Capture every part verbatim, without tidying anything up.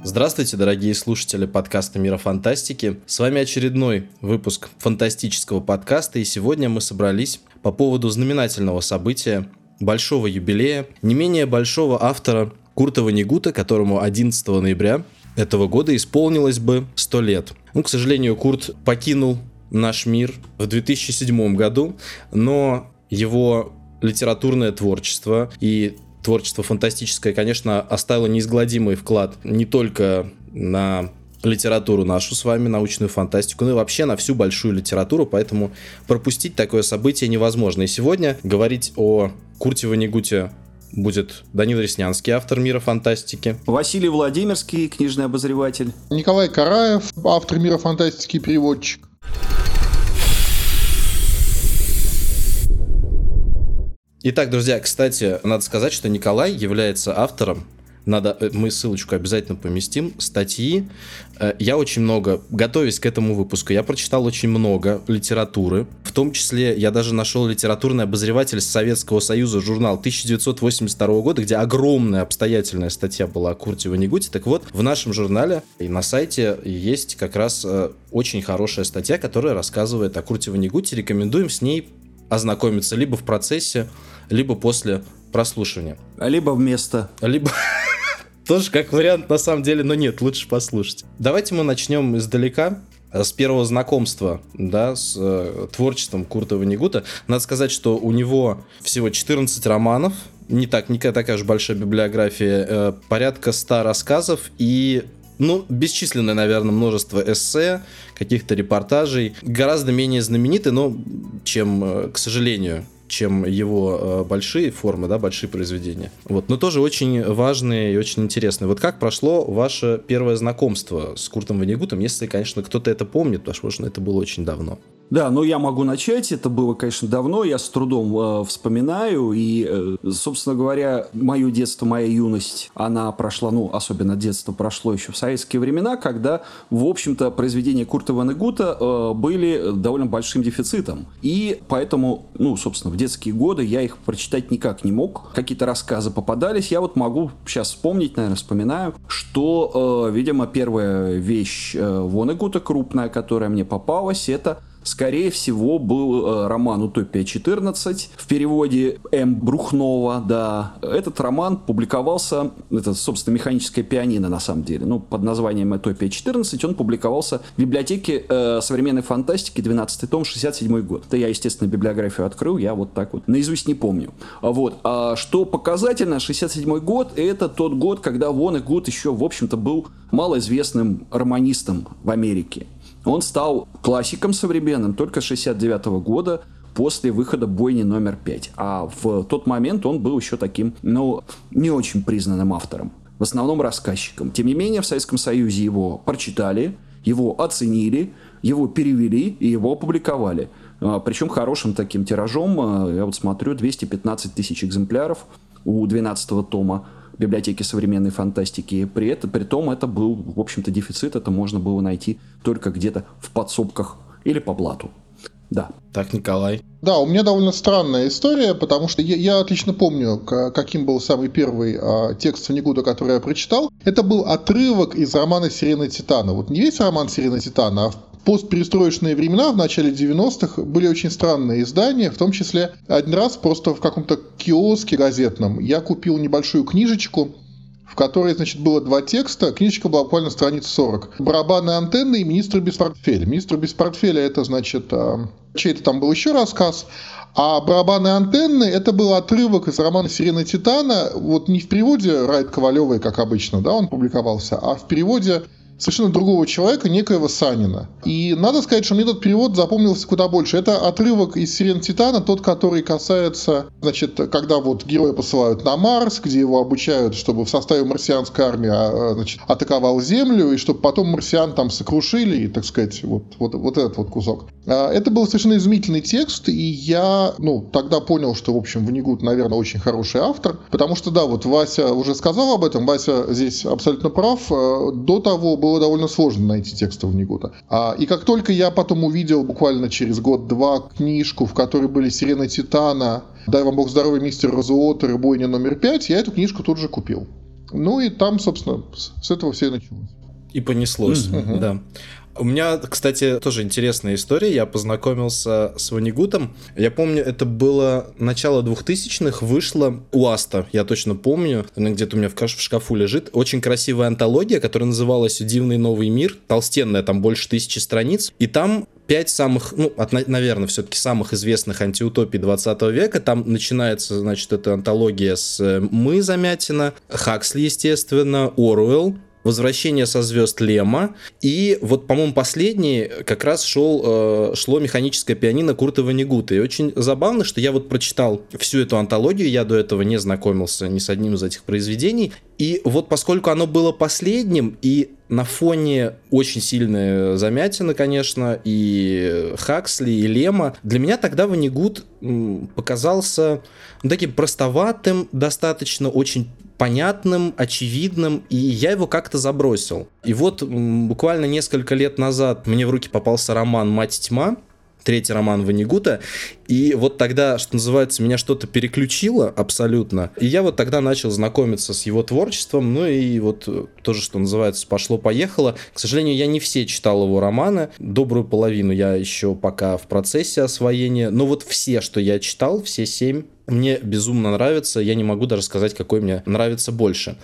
Здравствуйте, дорогие слушатели подкаста «Мира фантастики». С вами очередной выпуск фантастического подкаста, и сегодня мы собрались по поводу знаменательного события, большого юбилея, не менее большого автора Курта Воннегута, которому одиннадцатого ноября этого года исполнилось бы сто лет. Ну, к сожалению, Курт покинул наш мир в две тысячи седьмом году, но его литературное творчество и творчество фантастическое, конечно, оставило неизгладимый вклад не только на литературу нашу с вами, научную фантастику, но и вообще на всю большую литературу, поэтому пропустить такое событие невозможно. И сегодня говорить о Курте Воннегуте будет Данил Реснянский, автор «Мира фантастики». Василий Владимирский, книжный обозреватель. Николай Караев, автор «Мира фантастики» и переводчик. Итак, друзья, кстати, надо сказать, что Николай является автором, надо, мы ссылочку обязательно поместим, статьи. Я очень много, готовясь к этому выпуску, я прочитал очень много литературы, в том числе я даже нашел литературный обозреватель Советского Союза, журнал тысяча девятьсот восемьдесят второго года, где огромная обстоятельная статья была о Курте Воннегуте. Так вот, в нашем журнале и на сайте есть как раз очень хорошая статья, которая рассказывает о Курте Воннегуте. Рекомендуем с ней ознакомиться либо в процессе, либо после прослушивания. Либо вместо. Либо... Тоже как вариант на самом деле, но нет, лучше послушать. Давайте мы начнем издалека, с первого знакомства, да, с э, творчеством Курта Воннегута. Надо сказать, что у него всего четырнадцать романов, не, так, не такая уж большая библиография, э, порядка ста рассказов и... Ну, бесчисленное, наверное, множество эссе, каких-то репортажей. Гораздо менее знаменитый, но чем, к сожалению, чем его большие формы, да, большие произведения. Вот. Но тоже очень важные и очень интересные. Вот как прошло ваше первое знакомство с Куртом Воннегутом, если, конечно, кто-то это помнит, потому что это было очень давно. Да, ну я могу начать, это было, конечно, давно, я с трудом э, вспоминаю, и, э, собственно говоря, мое детство, моя юность, она прошла, ну, особенно детство прошло еще в советские времена, когда, в общем-то, произведения Курта Воннегута э, были довольно большим дефицитом, и поэтому, ну, собственно, в детские годы я их прочитать никак не мог, какие-то рассказы попадались, я вот могу сейчас вспомнить, наверное, вспоминаю, что, э, видимо, первая вещь э, Воннегута крупная, которая мне попалась, это... Скорее всего, был э, роман «Утопия четырнадцать» в переводе М. Брухнова, да. Этот роман публиковался, это, собственно, «Механическое пианино», на самом деле, ну, под названием «Утопия четырнадцать», он публиковался в библиотеке э, современной фантастики, двенадцатый том, шестьдесят седьмой год. Это я, естественно, библиографию открыл, я вот так вот наизусть не помню. Вот. А что показательно, шестьдесят седьмой год, это тот год, когда Воннегут еще, в общем-то, был малоизвестным романистом в Америке. Он стал классиком современным только с шестьдесят девятого года, после выхода «Бойни номер пять». А в тот момент он был еще таким, ну, не очень признанным автором. В основном рассказчиком. Тем не менее, в Советском Союзе его прочитали, его оценили, его перевели и его опубликовали. Причем хорошим таким тиражом, я вот смотрю, двести пятнадцать тысяч экземпляров у двенадцатого тома библиотеки современной фантастики. При этом, при том, это был, в общем-то, дефицит. Это можно было найти только где-то в подсобках или по блату. Да. Так, Николай. Да, у меня довольно странная история, потому что я, я отлично помню, каким был самый первый а, текст Воннегута, который я прочитал. Это был отрывок из романа «Сирена Титана». Вот не весь роман «Сирена Титана», а в постперестроечные времена, в начале девяностых, были очень странные издания, в том числе один раз просто в каком-то киоске газетном я купил небольшую книжечку, в которой, значит, было два текста. Книжечка была буквально страниц сорок. «Барабаны, антенны» и «Министр без портфеля». «Министр без портфеля» — это, значит, чей-то там был еще рассказ. А «Барабаны, антенны» — это был отрывок из романа «Сирена Титана». Вот не в переводе Райт Ковалевой, как обычно, да, он публиковался, а в переводе совершенно другого человека, некоего Санина. И надо сказать, что мне этот перевод запомнился куда больше. Это отрывок из «Сирен Титана», тот, который касается, значит, когда вот героя посылают на Марс, где его обучают, чтобы в составе марсианской армии, значит, атаковал Землю, и чтобы потом марсиан там сокрушили, и, так сказать, вот, вот, вот этот вот кусок. Это был совершенно изумительный текст, и я, ну, тогда понял, что, в общем, Воннегут, наверное, очень хороший автор, потому что, да, вот Вася уже сказал об этом, Вася здесь абсолютно прав. До того был было довольно сложно найти тексты Воннегута. А, и как только я потом увидел, буквально через год-два, книжку, в которой были «Сирена Титана», «Дай вам Бог здоровья, мистер Розуотер» и «Бойня номер пять», я эту книжку тут же купил. Ну и там, собственно, с этого все и началось. И понеслось, mm-hmm. да. У меня, кстати, тоже интересная история. Я познакомился с Воннегутом. Я помню, это было начало двухтысячных, вышло у Аста, я точно помню. Она где-то у меня в шкафу лежит. Очень красивая антология, которая называлась «Дивный новый мир». Толстенная, там больше тысячи страниц. И там пять самых, ну, от, наверное, все-таки самых известных антиутопий двадцатого века. Там начинается, значит, эта антология с «Мы» Замятина, Хаксли, естественно, Оруэлл, «Возвращение со звезд» Лема. И вот, по-моему, последний как раз шел, э, шло «Механическое пианино» Курта Воннегута. И очень забавно, что я вот прочитал всю эту антологию, я до этого не знакомился ни с одним из этих произведений. И вот поскольку оно было последним, и на фоне очень сильной Замятина, конечно, и Хаксли, и Лема, для меня тогда Воннегут показался ну, таким простоватым, достаточно очень понятным, очевидным, и я его как-то забросил. И вот буквально несколько лет назад мне в руки попался роман «Мать тьма», третий роман Воннегута, и вот тогда, что называется, меня что-то переключило абсолютно, и я вот тогда начал знакомиться с его творчеством, ну и вот тоже, что называется, пошло-поехало. К сожалению, я не все читал его романы, добрую половину я еще пока в процессе освоения, но вот все, что я читал, все семь, мне безумно нравится, я не могу даже сказать, какой мне нравится больше.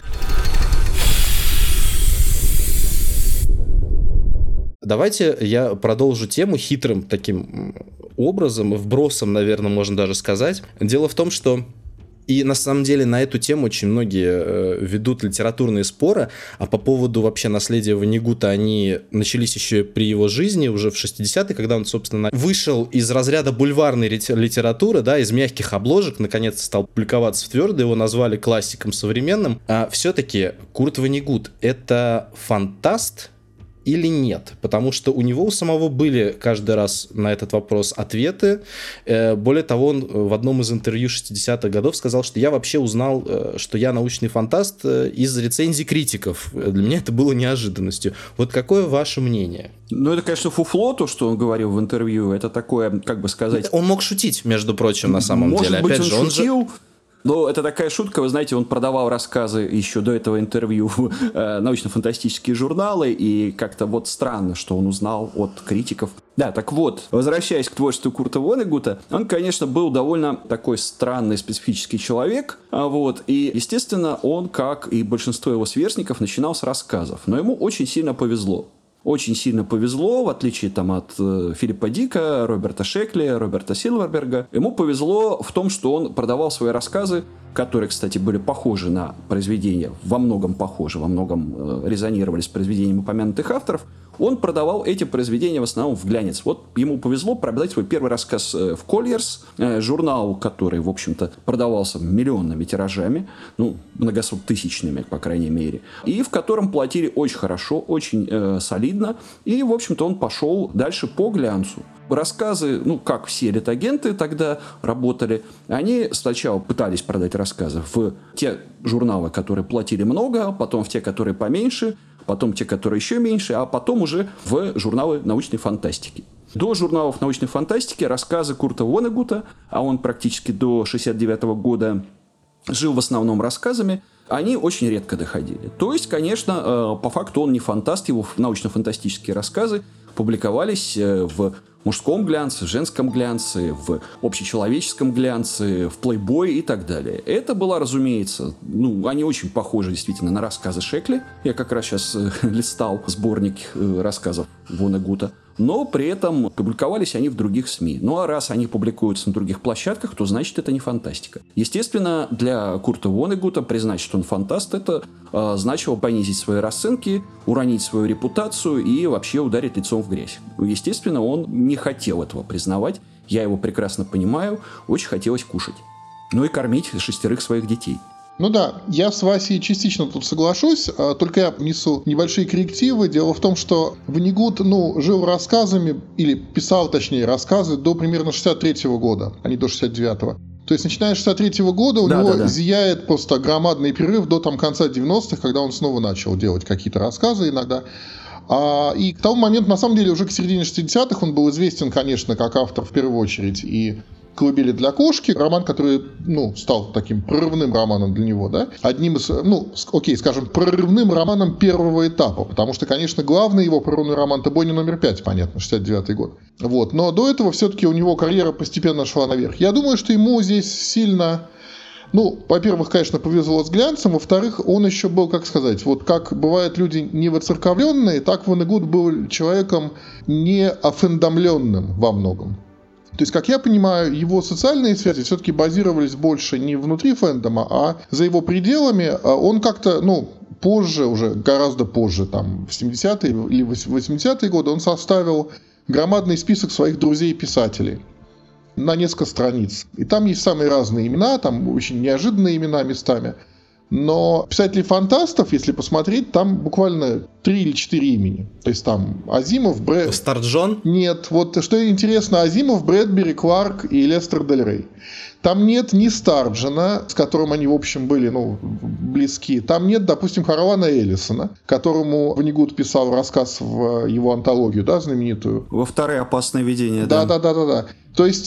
Давайте я продолжу тему хитрым таким образом, вбросом, наверное, можно даже сказать. Дело в том, что и на самом деле на эту тему очень многие э, ведут литературные споры, а по поводу вообще наследия Воннегута они начались еще при его жизни, уже в шестидесятые, когда он, собственно, вышел из разряда бульварной литературы, да, из мягких обложек, наконец-то стал публиковаться в твердо, его назвали классиком современным. А все-таки Курт Воннегут — это фантаст или нет? Потому что у него у самого были каждый раз на этот вопрос ответы. Более того, он в одном из интервью шестидесятых годов сказал, что я вообще узнал, что я научный фантаст из рецензий критиков. Для меня это было неожиданностью. Вот какое ваше мнение? Ну, это, конечно, фуфло, то, что он говорил в интервью. Это такое, как бы сказать... Он мог шутить, между прочим, на самом Может деле. быть, Опять он же, он шутил... Же... Но это такая шутка, вы знаете, он продавал рассказы еще до этого интервью в э, научно-фантастические журналы, и как-то вот странно, что он узнал от критиков. Да, так вот, возвращаясь к творчеству Курта Воннегута, он, конечно, был довольно такой странный, специфический человек, вот, и, естественно, он, как и большинство его сверстников, начинал с рассказов, но ему очень сильно повезло. Очень сильно повезло, в отличие там, от э, Филиппа Дика, Роберта Шекли, Роберта Силверберга. Ему повезло в том, что он продавал свои рассказы, которые, кстати, были похожи на произведения, во многом похожи, во многом э, резонировали с произведениями упомянутых авторов. Он продавал эти произведения в основном в глянец. Вот ему повезло продать свой первый рассказ в Кольерс, журнал, который, в общем-то, продавался миллионными тиражами, ну, многосоттысячными, по крайней мере, и в котором платили очень хорошо, очень э, солидно, и, в общем-то, он пошел дальше по глянцу. Рассказы, ну, как все литагенты тогда работали, они сначала пытались продать рассказы в те журналы, которые платили много, потом в те, которые поменьше, потом те, которые еще меньше, а потом уже в журналы научной фантастики. До журналов научной фантастики рассказы Курта Воннегута, а он практически до шестьдесят девятого года жил в основном рассказами, они очень редко доходили. То есть, конечно, по факту он не фантаст, его научно-фантастические рассказы публиковались в мужском глянце, в женском глянце, в общечеловеческом глянце, в Playboy и так далее. Это было, разумеется, ну, они очень похожи действительно на рассказы Шекли. Я как раз сейчас э, листал сборник э, рассказов Воннегута. Но при этом публиковались они в других СМИ. Ну а раз они публикуются на других площадках, то значит это не фантастика. Естественно, для Курта Воннегута признать, что он фантаст, это э, значило понизить свои расценки, уронить свою репутацию и вообще ударить лицом в грязь. Естественно, он не хотел этого признавать. Я его прекрасно понимаю. Очень хотелось кушать. Ну и кормить шестерых своих детей. Ну да, я с Васей частично тут соглашусь, только я внесу небольшие коррективы. Дело в том, что Воннегут, ну, жил рассказами, или писал, точнее, рассказы до примерно шестьдесят третьего года, а не до шестьдесят девятого. То есть, начиная с шестьдесят третьего года у да, него да, да. зияет просто громадный перерыв до там, конца девяностых, когда он снова начал делать какие-то рассказы иногда. А, и к тому моменту, на самом деле, уже к середине шестидесятых он был известен, конечно, как автор в первую очередь и «Колыбели для кошки», роман, который, ну, стал таким прорывным романом для него, да, одним из, ну, окей, скажем, прорывным романом первого этапа, потому что, конечно, главный его прорывной роман — это «Бойня номер пять», понятно, шестьдесят девятый год. Вот, но до этого все-таки у него карьера постепенно шла наверх. Я думаю, что ему здесь сильно... Ну, во-первых, конечно, повезло с глянцем, во-вторых, он еще был, как сказать, вот как бывают люди не воцерковленные, так Воннегут был человеком не офендомленным во многом. То есть, как я понимаю, его социальные связи все-таки базировались больше не внутри фэндома, а за его пределами. Он как-то, ну, позже, уже гораздо позже, там, в семидесятые или восьмидесятые годы, он составил громадный список своих друзей-писателей на несколько страниц. И там есть самые разные имена, там очень неожиданные имена местами. Но писателей-фантастов, если посмотреть, там буквально три или четыре имени. То есть там Азимов, Брэд... Старджон? Нет, вот что интересно, Азимов, Брэдбери, Кларк и Лестер Дель Рей. Там нет ни Старджена, с которым они, в общем, были, ну, близки. Там нет, допустим, Харлана Эллисона, которому Воннегут писал рассказ в его антологию, да, знаменитую. Во вторые «Опасные видения», да. Да, да, да, да. То есть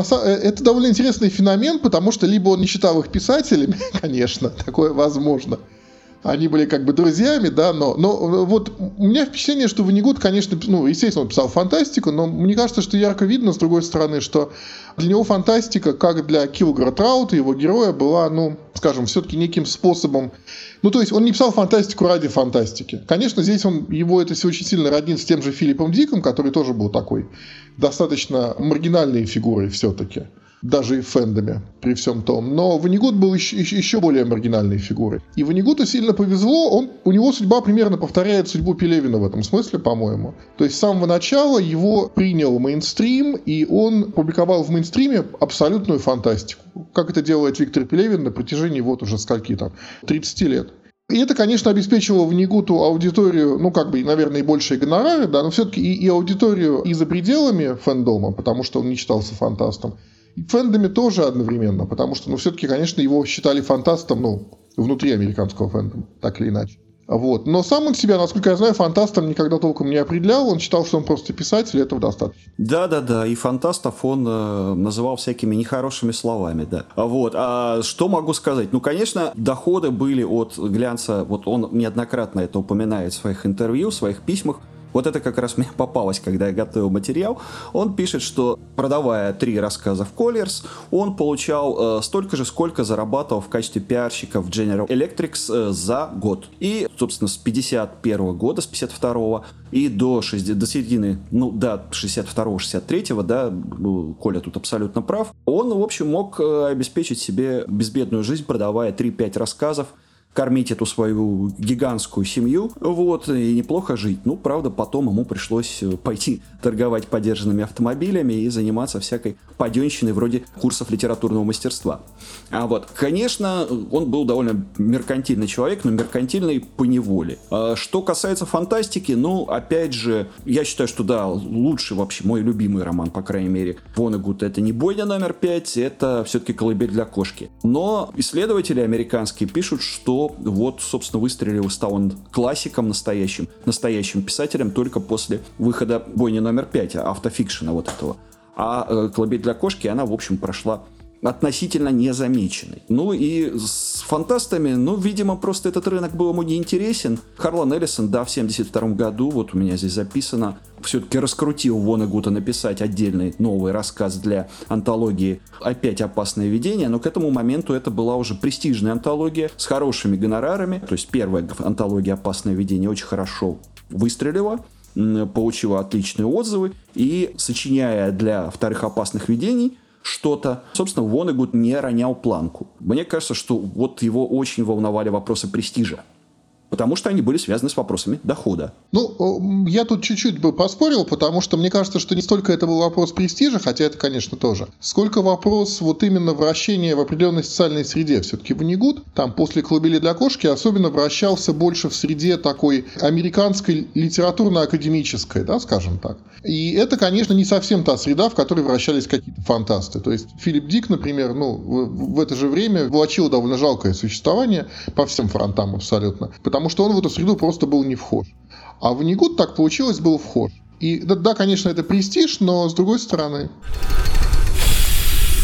это довольно интересный феномен, потому что либо он не считал их писателями, конечно, такое возможно. Они были как бы друзьями, да, но, но вот у меня впечатление, что Воннегут, конечно, ну, естественно, он писал фантастику, но мне кажется, что ярко видно, с другой стороны, что для него фантастика, как для Килгора Траута, его героя, была, ну, скажем, все-таки неким способом. Ну, то есть он не писал фантастику ради фантастики. Конечно, здесь он, его это все очень сильно роднит с тем же Филиппом Диком, который тоже был такой достаточно маргинальной фигурой все-таки. Даже и в фэндоме, при всем том. Но Воннегут был еще, еще, еще более маргинальной фигурой. И Воннегуту сильно повезло, он, у него судьба примерно повторяет судьбу Пелевина в этом смысле, по-моему. То есть с самого начала его принял мейнстрим, и он публиковал в мейнстриме абсолютную фантастику. Как это делает Виктор Пелевин на протяжении вот уже скольки там, тридцати лет. И это, конечно, обеспечивало Воннегуту аудиторию, ну, как бы, наверное, и большие гонорары, да, но все-таки и, и аудиторию и за пределами фэндома, потому что он не считался фантастом, и в фэндоме тоже одновременно, потому что, ну, все-таки, конечно, его считали фантастом, ну, внутри американского фэндома, так или иначе. Вот. Но сам он себя, насколько я знаю, фантастом никогда толком не определял, он считал, что он просто писатель, и этого достаточно. Да-да-да, и фантастов он э, называл всякими нехорошими словами, да. Вот. А что могу сказать? Ну, конечно, доходы были от глянца, вот он неоднократно это упоминает в своих интервью, в своих письмах. Вот это как раз мне попалось, когда я готовил материал. Он пишет, что, продавая три рассказа в Colliers, он получал э, столько же, сколько зарабатывал в качестве пиарщика в General Electric э, за год. И, собственно, с пятьдесят первого года, с пятьдесят второго и до, шестидесятого, до середины, ну, до шестьдесят второго шестьдесят третьего, да, Коля тут абсолютно прав, он, в общем, мог э, обеспечить себе безбедную жизнь, продавая три-пять рассказов, кормить эту свою гигантскую семью, вот, и неплохо жить. Ну, правда, потом ему пришлось пойти торговать подержанными автомобилями и заниматься всякой паденщиной вроде курсов литературного мастерства. А вот, конечно, он был довольно меркантильный человек, но меркантильный по неволе. А что касается фантастики, ну, опять же, я считаю, что да, лучший вообще, мой любимый роман, по крайней мере, Воннегута, это не «Бойня номер пять», это все-таки «Колыбель для кошки». Но исследователи американские пишут, что вот, собственно, выстрелил, стал он классиком настоящим, настоящим писателем только после выхода «Бойни номер пять», автофикшена вот этого. А э, «Колыбель для кошки», она, в общем, прошла относительно незамеченной. Ну и с фантастами, ну, видимо, просто этот рынок был ему неинтересен. Харлан Эллисон, да, в семьдесят втором году, вот у меня здесь записано, все-таки раскрутил Воннегута написать отдельный новый рассказ для антологии «Опять опасное видение», но к этому моменту это была уже престижная антология с хорошими гонорарами. То есть первая антология «Опасное видение» очень хорошо выстрелила, получила отличные отзывы, и, сочиняя для вторых «Опасных видений» что-то, собственно, Воннегут не ронял планку. Мне кажется, что вот его очень волновали вопросы престижа, потому что они были связаны с вопросами дохода. Ну, я тут чуть-чуть бы поспорил, потому что мне кажется, что не столько это был вопрос престижа, хотя это, конечно, тоже, сколько вопрос вот именно вращения в определенной социальной среде. Все-таки Воннегут, там, после «Колыбели для кошки», особенно вращался больше в среде такой американской литературно-академической, да, скажем так. И это, конечно, не совсем та среда, в которой вращались какие-то фантасты. То есть Филипп Дик, например, ну, в, в это же время влачил довольно жалкое существование по всем фронтам абсолютно, потому что он в эту среду просто был не вхож. А Воннегут, так получилось, был вхож. И да, да, конечно, это престиж, но с другой стороны...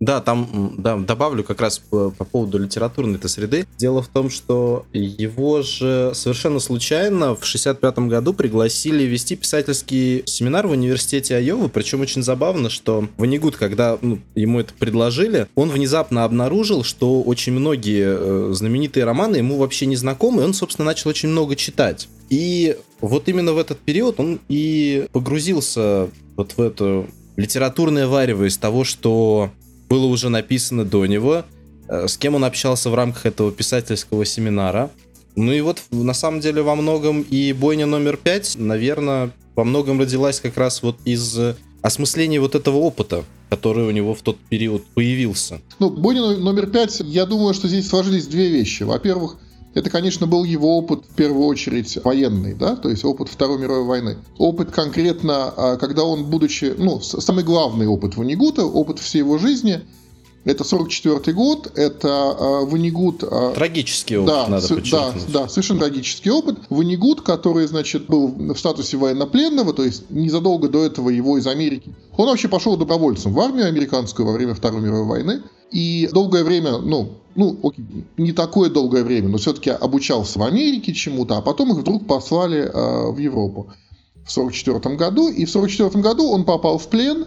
Да, там да, добавлю как раз по, по поводу литературной этой среды. Дело в том, что его же совершенно случайно в шестьдесят пятом году пригласили вести писательский семинар в университете Айовы. Причем очень забавно, что Воннегут, когда ну, ему это предложили, он внезапно обнаружил, что очень многие э, знаменитые романы ему вообще не знакомы, и он, собственно, начал очень много читать. И вот именно в этот период он и погрузился вот в это литературное варево из того, что было уже написано до него, с кем он общался в рамках этого писательского семинара. Ну и вот на самом деле во многом и «Бойня номер пять», наверное, во многом родилась как раз вот из осмысления вот этого опыта, который у него в тот период появился. Ну, «Бойня номер пять», я думаю, что здесь сложились две вещи. Во-первых, это, конечно, был его опыт, в первую очередь, военный, да, то есть опыт Второй мировой войны. Опыт конкретно, когда он, будучи, ну, самый главный опыт Воннегута, опыт всей его жизни, это сорок четвёртый год, это Воннегут... Трагический опыт, да, надо с, подчеркнуть. Да, да, совершенно трагический опыт. Воннегут, который, значит, был в статусе военнопленного, то есть незадолго до этого его из Америки, он вообще пошел добровольцем в армию американскую во время Второй мировой войны, и долгое время, ну, ну, окей, не такое долгое время, но все-таки обучался в Америке чему-то, а потом их вдруг послали э, в Европу в сорок четвёртом году, и в сорок четвёртом году он попал в плен,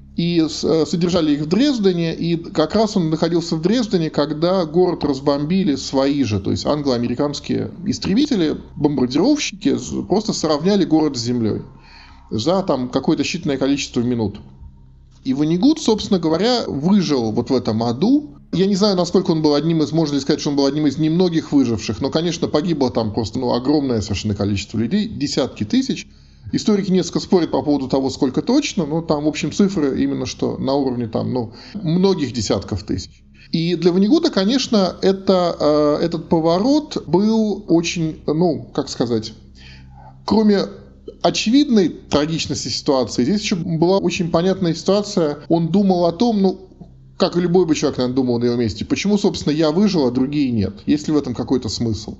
и э, содержали их в Дрездене, и как раз он находился в Дрездене, когда город разбомбили свои же, то есть англо-американские истребители, бомбардировщики, просто сравняли город с землей за там какое-то считанное количество минут. И Воннегут, собственно говоря, выжил вот в этом аду. Я не знаю, насколько он был одним из, можно ли сказать, что он был одним из немногих выживших, но, конечно, погибло там просто ну, огромное совершенно количество людей, десятки тысяч. Историки несколько спорят по поводу того, сколько точно, но там, в общем, цифры именно что на уровне там, ну, многих десятков тысяч. И для Воннегута, конечно, это, э, этот поворот был очень, ну, как сказать, кроме очевидной трагичности ситуации, здесь еще была очень понятная ситуация. Он думал о том, ну, как и любой бы человек, наверное, думал на его месте, почему, собственно, я выжил, а другие нет? Есть ли в этом какой-то смысл?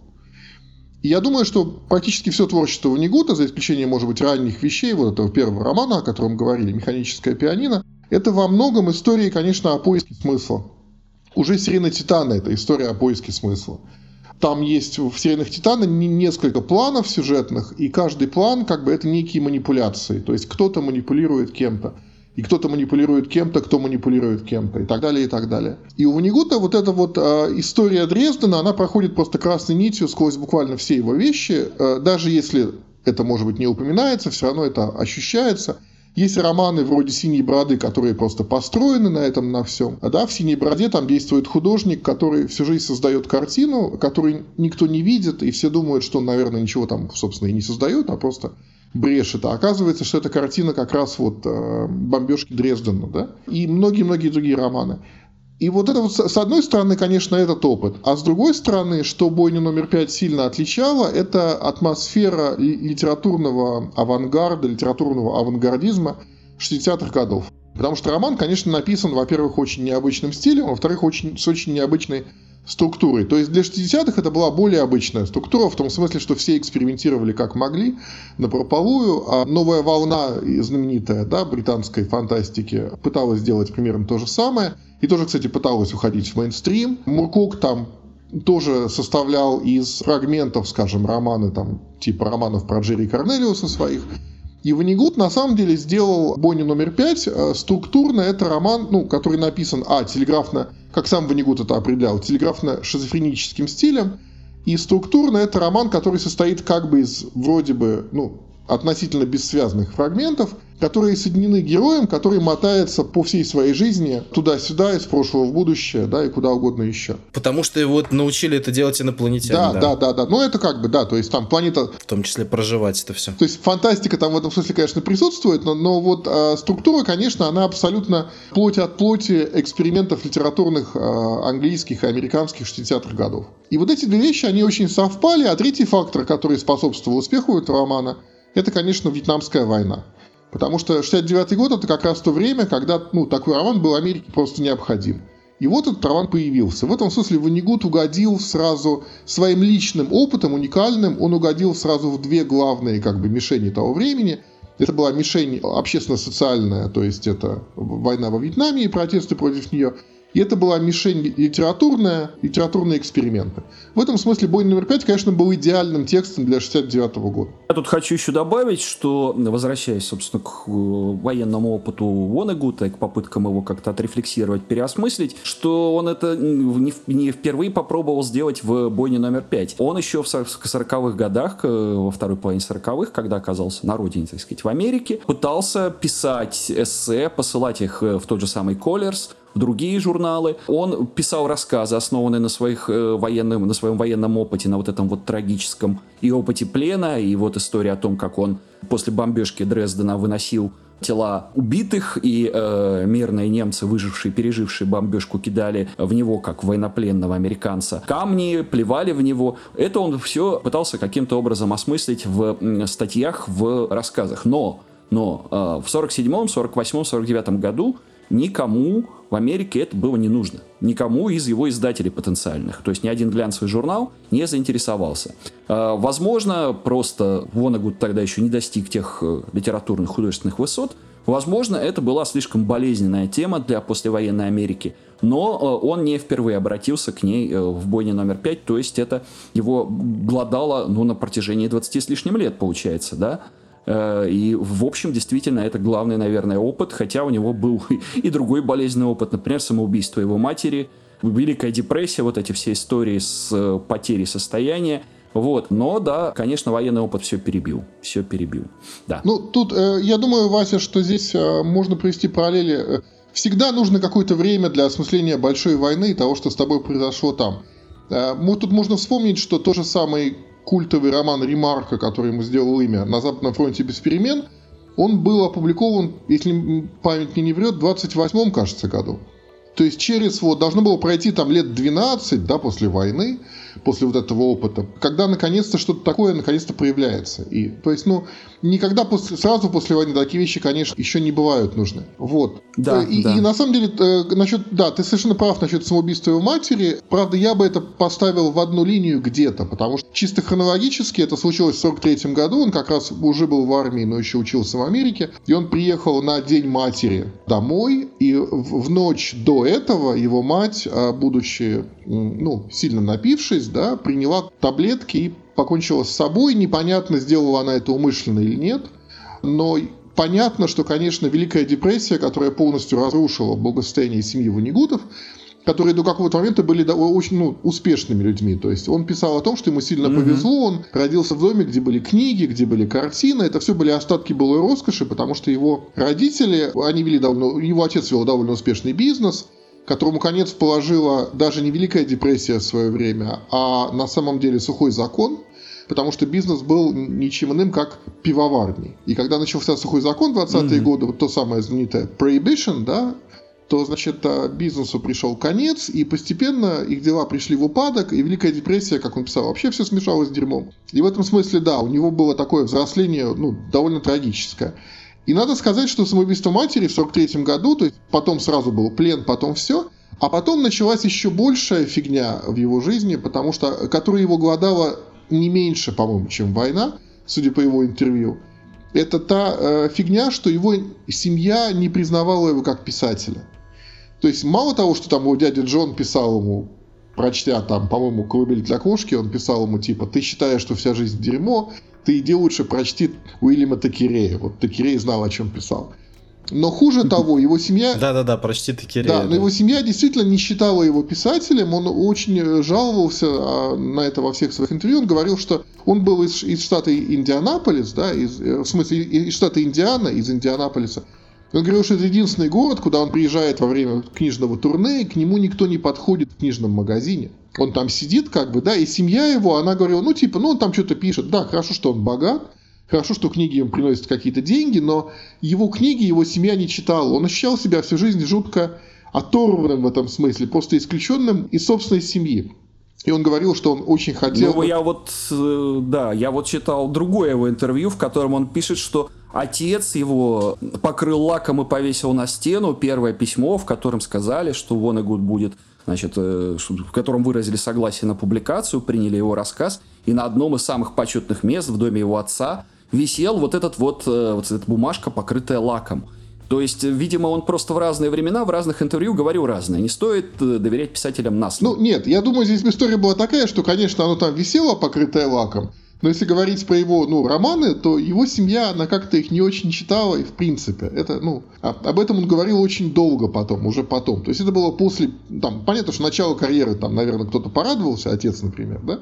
И я думаю, что практически все творчество Воннегута, за исключением, может быть, ранних вещей, вот этого первого романа, о котором говорили, «Механическое пианино», это во многом история, конечно, о поиске смысла. Уже «Сирена Титана» — это история о поиске смысла. Там есть в «Сиренах Титана» несколько планов сюжетных, и каждый план, как бы, это некие манипуляции. То есть кто-то манипулирует кем-то, и кто-то манипулирует кем-то, кто манипулирует кем-то, и так далее, и так далее. И у Воннегута вот эта вот э, история Дрездена, она проходит просто красной нитью сквозь буквально все его вещи, э, даже если это, может быть, не упоминается, все равно это ощущается. Есть романы вроде «Синей бороды», которые просто построены на этом, на всем. А да, в «Синей бороде» там действует художник, который всю жизнь создает картину, которую никто не видит, и все думают, что он, наверное, ничего там, собственно, и не создает, а просто брешет. А оказывается, что эта картина как раз вот э, бомбежки Дрездена, да? И многие-многие другие романы. И вот это вот, с одной стороны, конечно, этот опыт. А с другой стороны, что «Бойню номер пять» сильно отличала, это атмосфера литературного авангарда, литературного авангардизма шестидесятых годов. Потому что роман, конечно, написан, во-первых, очень необычным стилем, во-вторых, очень, с очень необычной структурой. То есть для шестидесятых это была более обычная структура, в том смысле, что все экспериментировали как могли, напропалую, а новая волна знаменитая, да, британской фантастики пыталась сделать примерно то же самое, и тоже, кстати, пыталась уходить в мейнстрим. Муркок там тоже составлял из фрагментов, скажем, романы, там, типа романов про Джерри Корнелиуса своих. И Воннегут на самом деле сделал «Бойню номер пять». Структурно это роман, ну, который написан, а, телеграфно, как сам Воннегут это определял, телеграфно-шизофреническим стилем. И структурно это роман, который состоит как бы из вроде бы, ну, относительно бессвязных фрагментов, которые соединены героем, который мотается по всей своей жизни туда-сюда, из прошлого в будущее, да, и куда угодно еще. Потому что его научили это делать инопланетяне. Да, да, да, да, да. Ну, это как бы, да, то есть там планета... В том числе проживать это все. То есть фантастика там в этом смысле, конечно, присутствует, но, но вот э, структура, конечно, она абсолютно плоть от плоти экспериментов литературных э, английских и американских шестидесятых годов. И вот эти две вещи, они очень совпали, а третий фактор, который способствовал успеху этого романа, это, конечно, Вьетнамская война. Потому что шестьдесят девятый год – это как раз то время, когда ну, такой роман был Америке просто необходим. И вот этот роман появился. В этом смысле Воннегут угодил сразу своим личным опытом, уникальным, он угодил сразу в две главные как бы, мишени того времени. Это была мишень общественно-социальная, то есть это война во Вьетнаме и протесты против нее. И это была мишень литературная, литературные эксперименты. В этом смысле «Бой номер пять», конечно, был идеальным текстом для шестьдесят девятого года. Я тут хочу еще добавить, что, возвращаясь, собственно, к военному опыту Воннегута и к попыткам его как-то отрефлексировать, переосмыслить, что он это не впервые попробовал сделать в «Бойне номер пять». Он еще в сороковых годах, во второй половине сороковых, когда оказался на родине, так сказать, в Америке, пытался писать эссе, посылать их в тот же самый «Коллерс», в другие журналы. Он писал рассказы, основанные на, своих, э, военном, на своем военном опыте, на вот этом вот трагическом и опыте плена, и вот история о том, как он после бомбежки Дрездена выносил тела убитых, и э, мирные немцы, выжившие, пережившие бомбежку, кидали в него, как военнопленного американца, камни, плевали в него. Это он все пытался каким-то образом осмыслить в э, статьях, в рассказах. Но, но э, в сорок седьмом, сорок восьмом, сорок девятом году никому в Америке это было не нужно. Никому из его издателей потенциальных. То есть ни один глянцевый журнал не заинтересовался. Возможно, просто Воннегут тогда еще не достиг тех литературных художественных высот. Возможно, это была слишком болезненная тема для послевоенной Америки. Но он не впервые обратился к ней в «Бойне номер пять». То есть это его глодало, ну, на протяжении двадцати с лишним лет, получается, да? И, в общем, действительно, это главный, наверное, опыт, хотя у него был и другой болезненный опыт, например, самоубийство его матери, Великая депрессия, вот эти все истории с потерей состояния. Вот. Но, да, конечно, военный опыт все перебил. Все перебил. Да. Ну, тут, э, я думаю, Вася, что здесь э, можно привести параллели. Всегда нужно какое-то время для осмысления большой войны и того, что с тобой произошло там. Э, тут можно вспомнить, что тот же самый культовый роман Ремарка, который ему сделал имя, «На Западном фронте без перемен», он был опубликован, если память мне не врет, в двадцать восьмом, кажется, году. То есть через вот должно было пройти там лет двенадцать, да, после войны, после вот этого опыта, когда наконец-то что-то такое наконец-то проявляется. И, то есть, ну, никогда после, сразу после войны такие вещи, конечно, еще не бывают нужны. Вот. Да, и, да. и на самом деле, э, насчет, да, ты совершенно прав насчет самоубийства его матери. Правда, я бы это поставил в одну линию где-то, потому что чисто хронологически это случилось в сорок третьем году. Он как раз уже был в армии, но еще учился в Америке. И он приехал на День матери домой, и в, в ночь до этого его мать, будучи, ну, сильно напившись, да, приняла таблетки и покончила с собой. Непонятно, сделала она это умышленно или нет. Но понятно, что, конечно, Великая депрессия, которая полностью разрушила благосостояние семьи Воннегутов, которые до какого-то момента были очень, ну, успешными людьми. То есть он писал о том, что ему сильно mm-hmm. повезло, он родился в доме, где были книги, где были картины. Это все были остатки былой роскоши, потому что его родители, они вели довольно, его отец вел довольно успешный бизнес, которому конец положила даже не Великая депрессия в свое время, а на самом деле сухой закон, потому что бизнес был ничем иным, как пивоварней. И когда начался сухой закон в двадцатые mm-hmm. годы, вот то самое знаменитое Prohibition, да, то, значит, бизнесу пришел конец, и постепенно их дела пришли в упадок, и Великая депрессия, как он писал, вообще все смешалось с дерьмом. И в этом смысле, да, у него было такое взросление, ну, довольно трагическое. И надо сказать, что самоубийство матери в сорок третьем году, то есть потом сразу был плен, потом все, а потом началась еще большая фигня в его жизни, потому что, которая его глодала не меньше, по-моему, чем война, судя по его интервью. Это та э, фигня, что его семья не признавала его как писателя. То есть мало того, что там его дядя Джон писал ему, прочтя там, по-моему, «Колыбель для кошки», он писал ему типа: «Ты считаешь, что вся жизнь дерьмо, ты иди лучше прочти Уильяма Такирея». Вот Такирей знал, о чем писал. Но хуже того, его семья... Да-да-да, прочти Такирея. Да, но его семья действительно не считала его писателем, он очень жаловался на это во всех своих интервью, он говорил, что он был из, из штата Индианаполис, да, из, в смысле из штата Индиана, из Индианаполиса. Он говорил, что это единственный город, куда он приезжает во время книжного турне, и к нему никто не подходит в книжном магазине. Он там сидит, как бы, да, и семья его, она говорила, ну, типа, ну, он там что-то пишет, да, хорошо, что он богат, хорошо, что книги ему приносят какие-то деньги, но его книги его семья не читала. Он ощущал себя всю жизнь жутко оторванным в этом смысле, просто исключенным из собственной семьи. И он говорил, что он очень хотел... Ну, я вот, да, я вот читал другое его интервью, в котором он пишет, что отец его покрыл лаком и повесил на стену первое письмо, в котором сказали, что Воннегут будет, значит, в котором выразили согласие на публикацию, приняли его рассказ, и на одном из самых почетных мест в доме его отца висел вот этот вот, вот эта бумажка, покрытая лаком. То есть, видимо, он просто в разные времена, в разных интервью говорил разное. Не стоит доверять писателям на слово. Ну, нет, я думаю, здесь история была такая, что, конечно, оно там висело, покрытое лаком, но если говорить про его, ну, романы, то его семья, она как-то их не очень читала, и в принципе, это, ну, об этом он говорил очень долго потом, уже потом. То есть, это было после, там, понятно, что начало карьеры, там, наверное, кто-то порадовался, отец, например, да?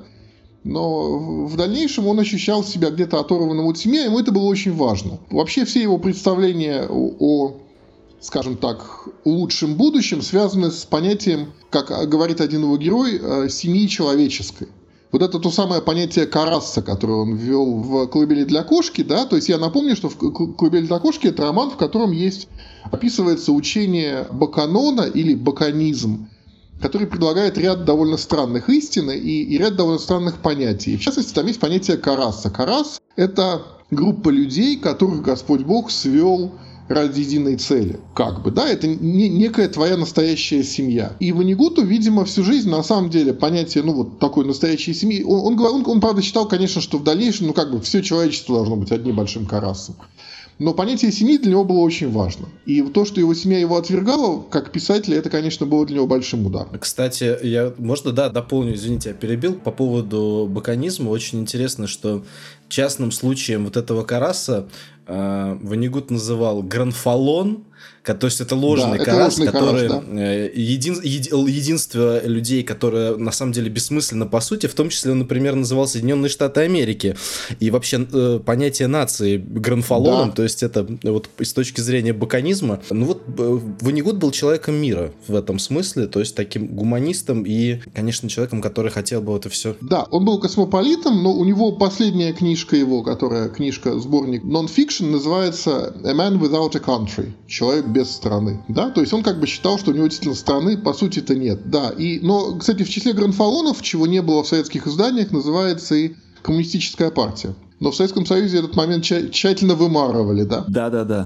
Но в дальнейшем он ощущал себя где-то оторванным от семьи, ему это было очень важно. Вообще все его представления о, о, скажем так, лучшем будущем связаны с понятием, как говорит один его герой, семьи человеческой. Вот это то самое понятие карасса, которое он ввел в «Колыбели для кошки», да, то есть я напомню, что в «Колыбели для кошки» это роман, в котором есть, описывается учение Баканона или баканизм, который предлагает ряд довольно странных истин и, и ряд довольно странных понятий. В частности, там есть понятие карасса. Карас – это группа людей, которых Господь Бог свел ради единой цели. Как бы, да, это не, некая твоя настоящая семья. И Воннегуту, видимо, всю жизнь, на самом деле, понятие, ну, вот такой настоящей семьи, он, он, он, он правда, считал, конечно, что в дальнейшем, ну, как бы, все человечество должно быть одним большим карассом. Но понятие семьи для него было очень важно. И то, что его семья его отвергала, как писателя, это, конечно, было для него большим ударом. Кстати, я, можно, да, дополню, извините, я перебил, по поводу баканизма. Очень интересно, что частным случаем вот этого карасса э, Воннегут называл гранфалон, то есть это ложный да, карас, это ложный который карас, да. един, еди, единство людей, которое на самом деле бессмысленно по сути, в том числе, например, называл Соединенные Штаты Америки. И вообще э, понятие нации гранфалоном, да. То есть это вот с точки зрения баканизма, ну вот Воннегут был человеком мира в этом смысле, то есть таким гуманистом и, конечно, человеком, который хотел бы это все. Да, он был космополитом, но у него последняя книжка его, которая книжка, сборник non-fiction, называется «A Man Without a Country», человек без страны, да, то есть он как бы считал, что у него действительно страны по сути-то нет, да, и, но, кстати, в числе гранфалонов, чего не было в советских изданиях, называется и коммунистическая партия, но в Советском Союзе этот момент тщательно вымарывали, да. Да-да-да.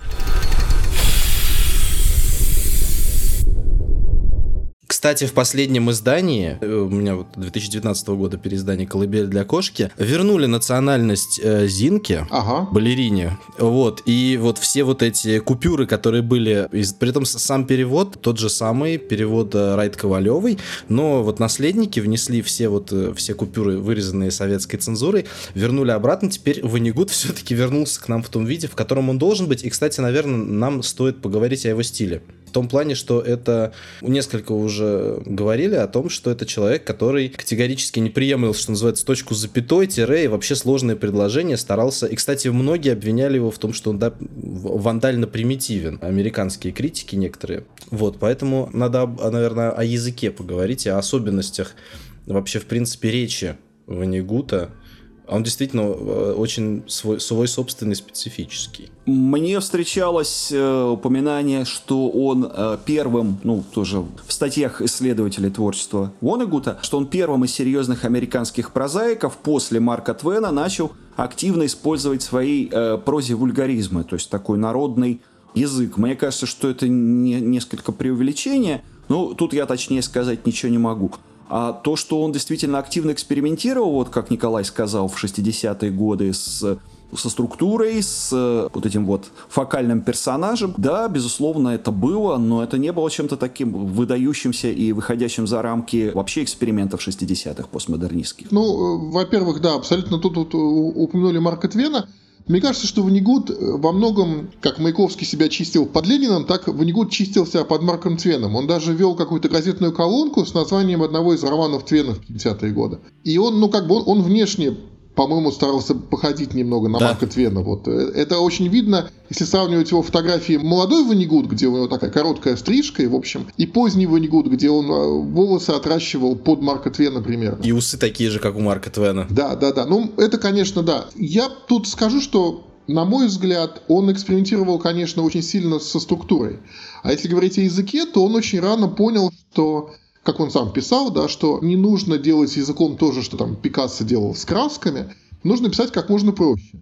Кстати, в последнем издании, у меня вот две тысячи девятнадцатого года переиздание «Колыбель для кошки», вернули национальность э, Зинке, ага. балерине, вот, и вот все вот эти купюры, которые были, из, при этом сам перевод, тот же самый, перевод Райт Ковалевой, но вот наследники внесли все вот, все купюры, вырезанные советской цензурой, вернули обратно, теперь Воннегут все-таки вернулся к нам в том виде, в котором он должен быть, и, кстати, наверное, нам стоит поговорить о его стиле. В том плане, что это несколько уже говорили о том, что это человек, который категорически не приемлил, что называется, точку с запятой, тире и вообще сложные предложения, старался. И, кстати, многие обвиняли его в том, что он да, вандально примитивен. Американские критики некоторые. Вот, поэтому надо, наверное, о языке поговорить, о особенностях вообще, в принципе, речи Воннегута. Он действительно очень свой, свой собственный, специфический. Мне встречалось э, упоминание, что он э, первым, ну, тоже в статьях исследователей творчества Воннегута, что он первым из серьезных американских прозаиков после Марка Твена начал активно использовать в своей э, прозе вульгаризмы, то есть такой народный язык. Мне кажется, что это не, несколько преувеличение, но тут я точнее сказать ничего не могу. А то, что он действительно активно экспериментировал, вот как Николай сказал, в шестидесятые годы с, со структурой, с вот этим вот фокальным персонажем, да, безусловно, это было, но это не было чем-то таким выдающимся и выходящим за рамки вообще экспериментов шестидесятых постмодернистских. Ну, во-первых, да, абсолютно тут вот упомянули Марка Твена. Мне кажется, что Воннегут во многом, как Маяковский себя чистил под Лениным, так Воннегут чистил себя под Марком Твеном. Он даже вел какую-то газетную колонку с названием одного из романов Твена в пятидесятые годы. И он, ну как бы, он, он внешне, по-моему, старался походить немного на да. Марка Твена. Вот. Это очень видно, если сравнивать его фотографии молодой Воннегут, где у него такая короткая стрижка, и, в общем, и поздний Воннегут, где он волосы отращивал под Марка Твена примерно. И усы такие же, как у Марка Твена. Да, да, да. Ну, это, конечно, да. Я тут скажу, что, на мой взгляд, он экспериментировал, конечно, очень сильно со структурой. А если говорить о языке, то он очень рано понял, что... как он сам писал, да, что не нужно делать с языком то же, что там Пикассо делал с красками, нужно писать как можно проще.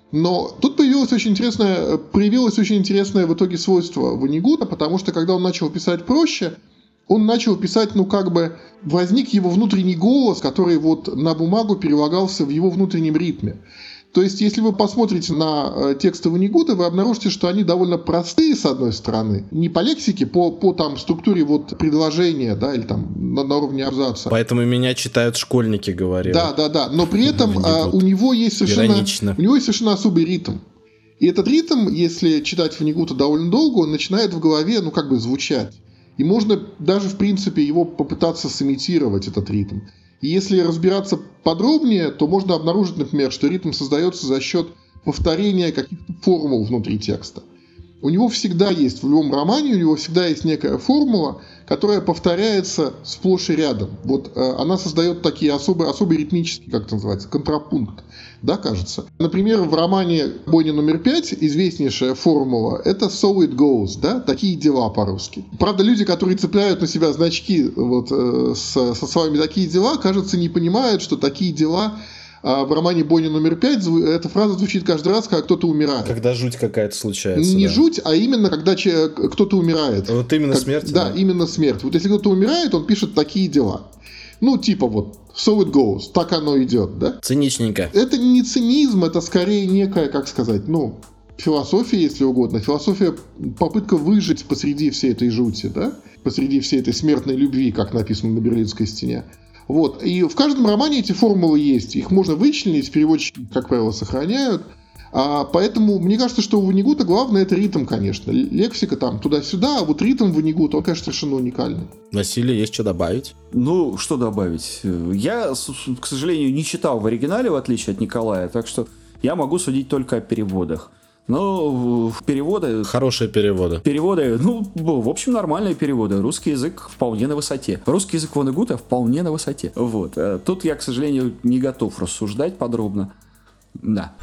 Но тут появилось очень интересное, проявилось очень интересное в итоге свойство Воннегута, потому что когда он начал писать проще, он начал писать, ну как бы, возник его внутренний голос, который вот на бумагу перелагался в его внутреннем ритме. То есть, если вы посмотрите на э, тексты Воннегута, вы обнаружите, что они довольно простые, с одной стороны. Не по лексике, по, по там, структуре вот, предложения, да, или там на, на уровне абзаца. Поэтому меня читают школьники, говорил. Да, да, да. Но при этом э, у него есть совершенно, у него есть совершенно особый ритм. И этот ритм, если читать Воннегута довольно долго, он начинает в голове, ну, как бы звучать. И можно даже, в принципе, его попытаться сымитировать, этот ритм. И если разбираться подробнее, то можно обнаружить, например, что ритм создается за счет повторения каких-то формул внутри текста. У него всегда есть, в любом романе, у него всегда есть некая формула, которая повторяется сплошь и рядом. Вот э, она создает такие особые, особые ритмические, как это называется, контрапункт, да, кажется. Например, в романе «Бойня номер пять» известнейшая формула – это «so it goes», да, такие дела по-русски. Правда, люди, которые цепляют на себя значки вот, э, со, со словами «такие дела», кажется, не понимают, что такие дела… А в романе «Бойня номер пять» эта фраза звучит каждый раз, когда кто-то умирает. Когда жуть какая-то случается. Не да. жуть, а именно когда кто-то умирает. Вот именно как, смерть? Да, да, именно смерть. Вот если кто-то умирает, он пишет такие дела. Ну, типа вот «so it goes», так оно идет, да? Циничненько. Это не цинизм, это скорее некая, как сказать, ну, философия, если угодно. Философия, попытка выжить посреди всей этой жути, да? Посреди всей этой смертной любви, как написано на Берлинской стене. Вот. И в каждом романе эти формулы есть. Их можно вычленить, переводчики, как правило, сохраняют. А поэтому мне кажется, что у Воннегута главное это ритм, конечно. Лексика там туда-сюда, а вот ритм Воннегута, он, конечно, совершенно уникальный. Василий, есть что добавить? Ну, что добавить? Я, к сожалению, не читал в оригинале, в отличие от Николая, так что я могу судить только о переводах. Но в переводы... Хорошие переводы. Переводы, ну, в общем, нормальные переводы. Русский язык вполне на высоте. Русский язык Воннегута вполне на высоте. Вот. Тут я, к сожалению, не готов рассуждать подробно. Да.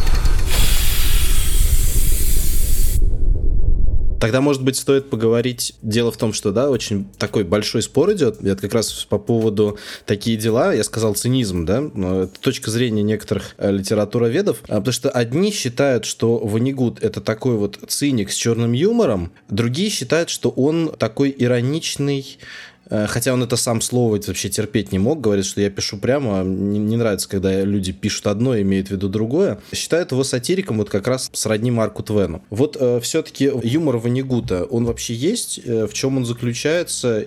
Тогда, может быть, стоит поговорить. Дело в том, что, да, очень такой большой спор идет. Это как раз по поводу такие дела. Я сказал цинизм, да, но это точка зрения некоторых литературоведов. Потому что одни считают, что Воннегут — это такой вот циник с черным юмором. Другие считают, что он такой ироничный. Хотя он это сам слово вообще терпеть не мог. Говорит, что я пишу прямо. Не, не нравится, когда люди пишут одно и имеют в виду другое. Считают его сатириком вот как раз сродни Марку Твену. Вот э, все-таки юмор Воннегута, он вообще есть? Э, в чем он заключается?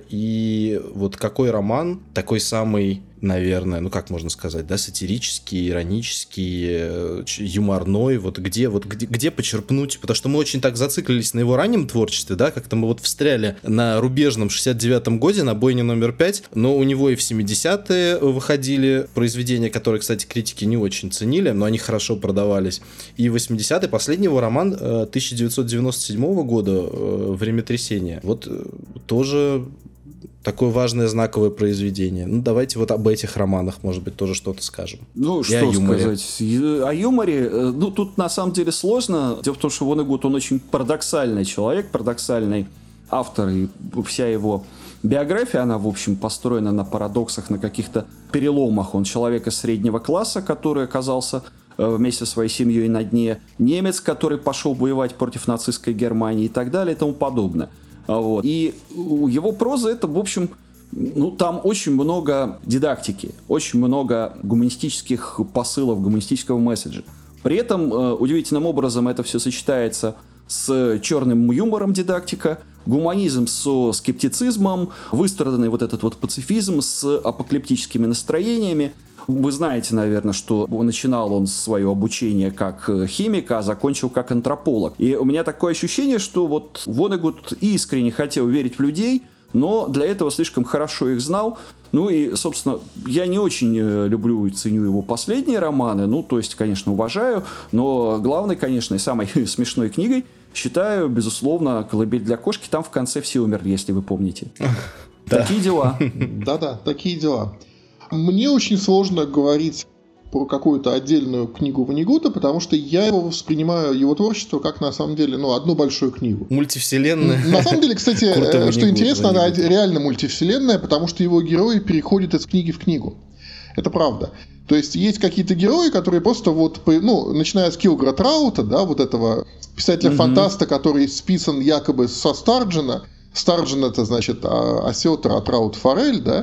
И вот какой роман такой самый... наверное, ну как можно сказать, да, сатирический, иронический, юморной, вот где, вот где, где почерпнуть, потому что мы очень так зациклились на его раннем творчестве, да, как-то мы вот встряли на рубежном шестьдесят девятом годе на «Бойне номер пять», но у него и в семидесятые выходили произведения, которые, кстати, критики не очень ценили, но они хорошо продавались, и в восьмидесятые последний его роман тысяча девятьсот девяносто седьмого года «Времятрясение», вот тоже... такое важное знаковое произведение. Ну, давайте вот об этих романах, может быть, тоже что-то скажем. Ну, и что сказать. О юморе, ну, тут на самом деле сложно. Дело в том, что Воннегут, он очень парадоксальный человек, парадоксальный автор, и вся его биография, она, в общем, построена на парадоксах, на каких-то переломах. Он человек из среднего класса, который оказался вместе со своей семьей на дне, немец, который пошел воевать против нацистской Германии и так далее и тому подобное. Вот. И его проза это, в общем, ну, там очень много дидактики, очень много гуманистических посылов, гуманистического месседжа. При этом э, удивительным образом это все сочетается с черным юмором дидактика, гуманизм со скептицизмом, выстраданный вот этот вот пацифизм с апокалиптическими настроениями. Вы знаете, наверное, что начинал он свое обучение как химик, а закончил как антрополог. И у меня такое ощущение, что вот Воннегут искренне хотел верить в людей, но для этого слишком хорошо их знал. Ну и, собственно, я не очень люблю и ценю его последние романы, ну, то есть, конечно, уважаю, но главной, конечно, и самой смешной книгой считаю, безусловно, «Колыбель для кошки». Там в конце все умерли, если вы помните. Такие дела. Да-да, такие дела. Мне очень сложно говорить про какую-то отдельную книгу Воннегута, потому что я его воспринимаю, его творчество, как на самом деле, ну, одну большую книгу. Мультивселенная. На самом деле, кстати, что интересно, она реально мультивселенная, потому что его герои переходят из книги в книгу. Это правда. То есть есть какие-то герои, которые просто вот, ну, начиная с Килгора Траута, да, вот этого писателя-фантаста, mm-hmm. который списан якобы со Старджена. Старджен — это, значит, осетр, а Траут — форель, да.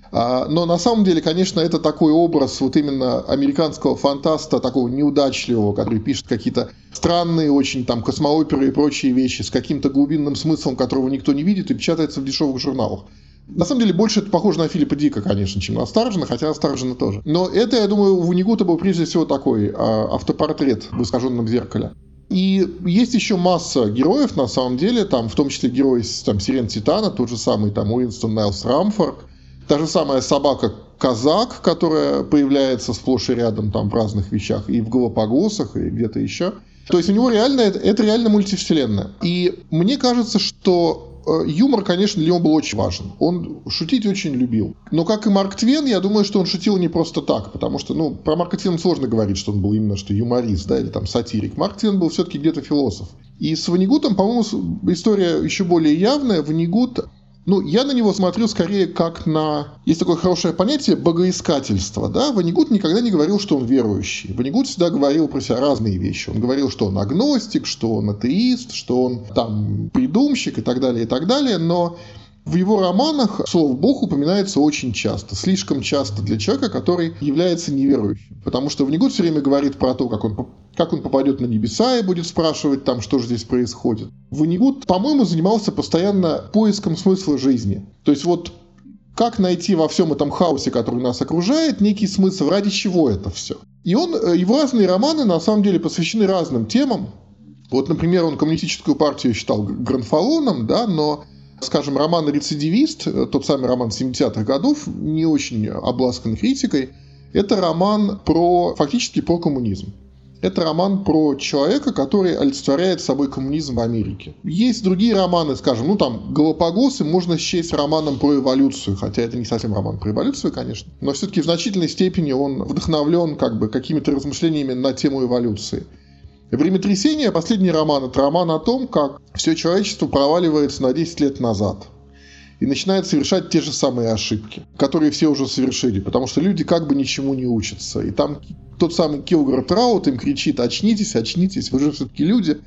А, но на самом деле, конечно, это такой образ вот именно американского фантаста, такого неудачливого, который пишет какие-то странные очень там космооперы и прочие вещи с каким-то глубинным смыслом, которого никто не видит и печатается в дешевых журналах. На самом деле, больше это похоже на Филиппа Дика, конечно, чем на Старджена, хотя Старджена тоже. Но это, я думаю, у Воннегута был прежде всего такой а, автопортрет в искаженном зеркале. И есть еще масса героев, на самом деле, там, в том числе герои там, «Сирен Титана», тот же самый там, Уинстон Найлс Рамфорд, та же самая собака Казак, которая появляется сплошь и рядом там, в разных вещах, и в Галапагосах, и где-то еще. То есть у него реально, это реально мультивселенная. И мне кажется, что юмор, конечно, для него был очень важен. Он шутить очень любил. Но, как и Марк Твен, я думаю, что он шутил не просто так, потому что, ну, про Марка Твена сложно говорить, что он был именно что юморист, да, или там сатирик. Марк Твен был все-таки где-то философ. И с Воннегутом, по-моему, история еще более явная. Воннегут, ну, я на него смотрю скорее как на... Есть такое хорошее понятие богоискательство, да. Воннегут никогда не говорил, что он верующий. Воннегут всегда говорил про себя разные вещи. Он говорил, что он агностик, что он атеист, что он там придумщик и так далее, и так далее. Но в его романах слово «Бог» упоминается очень часто. Слишком часто для человека, который является неверующим. Потому что Воннегут все время говорит про то, как он, как он попадет на небеса и будет спрашивать, там, что же здесь происходит. Воннегут, по-моему, занимался постоянно поиском смысла жизни. То есть вот как найти во всем этом хаосе, который нас окружает, некий смысл, ради чего это все. И он, его разные романы на самом деле посвящены разным темам. Вот, например, он коммунистическую партию считал гранфалоном, да, но... Скажем, роман «Рецидивист», тот самый роман семидесятых годов, не очень обласканный критикой, это роман про, фактически про коммунизм. Это роман про человека, который олицетворяет собой коммунизм в Америке. Есть другие романы, скажем, ну там «Галапагосы» можно счесть романом про эволюцию, хотя это не совсем роман про эволюцию, конечно, но все-таки в значительной степени он вдохновлен как бы какими-то размышлениями на тему эволюции. «Времятрясение», последний роман, это роман о том, как все человечество проваливается на десять лет назад и начинает совершать те же самые ошибки, которые все уже совершили, потому что люди как бы ничему не учатся. И там тот самый Килгор Траут им кричит: очнитесь, очнитесь, вы же все-таки люди,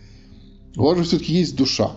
у вас же все-таки есть душа.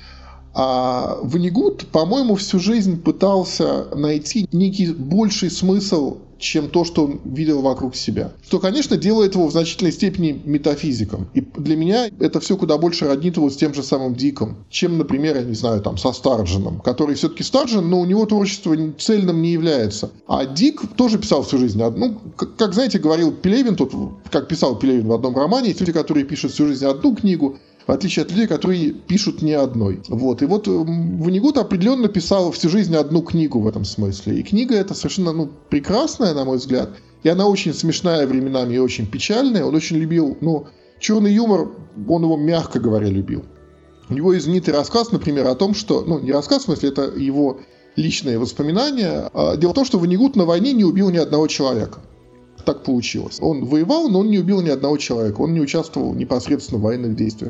А Воннегут, по-моему, всю жизнь пытался найти некий больший смысл, чем то, что он видел вокруг себя. Что, конечно, делает его в значительной степени метафизиком. И для меня это все куда больше роднит его с тем же самым Диком, чем, например, я не знаю, там, со Стардженом, который все-таки Старджен, но у него творчество цельным не является. А Дик тоже писал всю жизнь. Ну, как, как знаете, говорил Пелевин, тут, как писал Пелевин в одном романе, есть люди, которые пишут всю жизнь одну книгу, в отличие от людей, которые пишут не одной. Вот. И вот Воннегут определенно писал всю жизнь одну книгу в этом смысле. И книга эта совершенно ну, прекрасная, на мой взгляд. И она очень смешная временами и очень печальная. Он очень любил, ну, черный юмор, он его, мягко говоря, любил. У него есть знаменитый рассказ, например, о том, что... Ну, не рассказ, в смысле, это его личные воспоминания. Дело в том, что Воннегут на войне не убил ни одного человека. Так получилось. Он воевал, но он не убил ни одного человека. Он не участвовал непосредственно в военных действиях.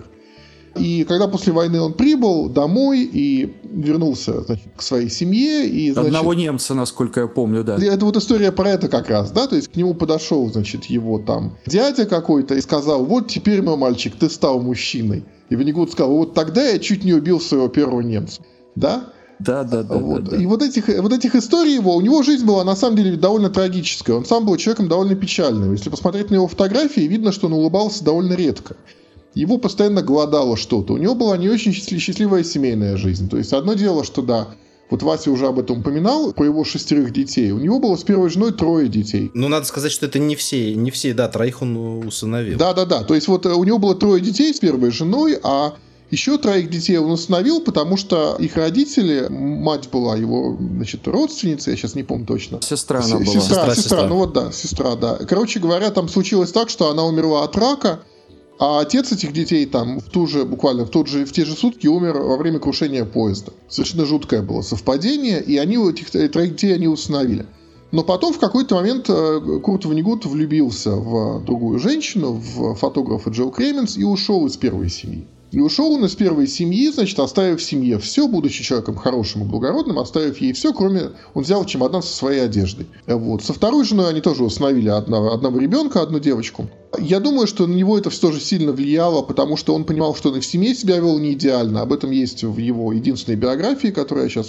И когда после войны он прибыл домой и вернулся, значит, к своей семье. И, значит, одного немца, насколько я помню, да. Это вот история про это как раз, да, то есть к нему подошел, значит, его там дядя какой-то и сказал: вот теперь, мой мальчик, ты стал мужчиной. И Воннегут сказал: вот тогда я чуть не убил своего первого немца, да. Да, да, да. Вот. да, да. И вот этих, вот этих историй его, у него жизнь была на самом деле довольно трагическая. Он сам был человеком довольно печальным. Если посмотреть на его фотографии, видно, что он улыбался довольно редко. Его постоянно голодало что-то. У него была не очень счастливая семейная жизнь. То есть одно дело, что да, вот Вася уже об этом упоминал, про его шестерых детей. У него было с первой женой трое детей. Ну, надо сказать, что это не все, не все, да, троих он усыновил. Да-да-да, то есть вот у него было трое детей с первой женой, а еще троих детей он усыновил, потому что их родители, мать была его, значит, родственницей, я сейчас не помню точно. Сестра она С- была. Сестра, Сестра, сестра, сестра. ну вот да, сестра, да. Короче говоря, там случилось так, что она умерла от рака, а отец этих детей там в ту же, буквально в, тот же, в те же сутки умер во время крушения поезда. Совершенно жуткое было совпадение, и они у этих троих детей они усыновили. Но потом в какой-то момент Курт Воннегут влюбился в другую женщину, в фотографа Джо Кременс, и ушел из первой семьи. И ушел он из первой семьи, значит, оставив семье все, будучи человеком хорошим и благородным, оставив ей все, кроме... Он взял чемодан со своей одеждой. Вот. Со второй женой они тоже усыновили одного, одного ребенка, одну девочку. Я думаю, что на него это все тоже сильно влияло, потому что он понимал, что он и в семье себя вел не идеально. Об этом есть в его единственной биографии, которую я сейчас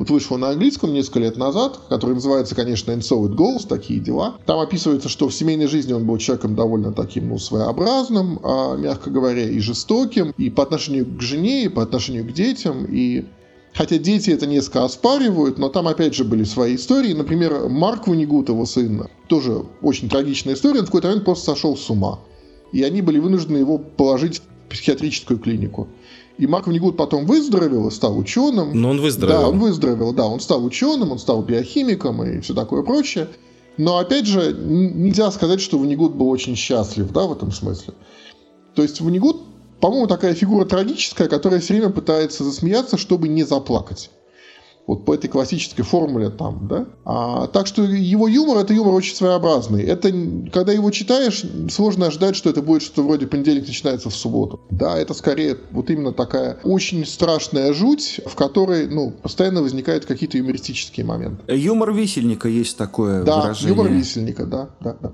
вот вышла на английском несколько лет назад, который называется, конечно, And So It Goes, такие дела. Там описывается, что в семейной жизни он был человеком довольно таким, ну, своеобразным, а, мягко говоря, и жестоким, и по отношению к жене, и по отношению к детям, и... Хотя дети это несколько оспаривают, но там опять же были свои истории. Например, Марк Воннегут, его сын, тоже очень трагичная история, он в какой-то момент просто сошел с ума. И они были вынуждены его положить в психиатрическую клинику. И Марк Воннегут потом выздоровел и стал ученым. Но он выздоровел. Да, он выздоровел, да. Он стал ученым, он стал биохимиком и все такое прочее. Но опять же, нельзя сказать, что Воннегут был очень счастлив, да, в этом смысле. То есть Воннегут, по-моему, такая фигура трагическая, которая все время пытается засмеяться, чтобы не заплакать. Вот по этой классической формуле там, да. А, так что его юмор, это юмор очень своеобразный. Это, когда его читаешь, сложно ожидать, что это будет что-то вроде «Понедельник начинается в субботу». Да, это скорее вот именно такая очень страшная жуть, в которой, ну, постоянно возникают какие-то юмористические моменты. Юмор висельника есть такое да, выражение. Да, юмор висельника, да, да, да.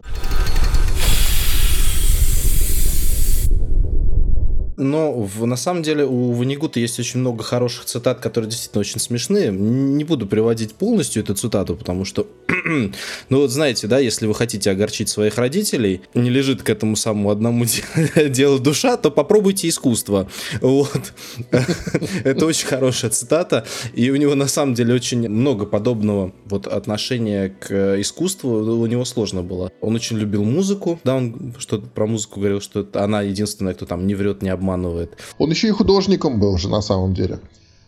Но в, на самом деле у Воннегута есть очень много хороших цитат, которые действительно очень смешные. Не буду приводить полностью эту цитату, потому что, ну вот знаете, да, если вы хотите огорчить своих родителей, не лежит к этому самому одному делу душа, то попробуйте искусство. Вот. Это очень хорошая цитата, и у него на самом деле очень много подобного вот отношения к искусству у него сложно было. Он очень любил музыку, да, он что-то про музыку говорил, что она единственная, кто там не врет, не обманывает. Он еще и художником был же на самом деле.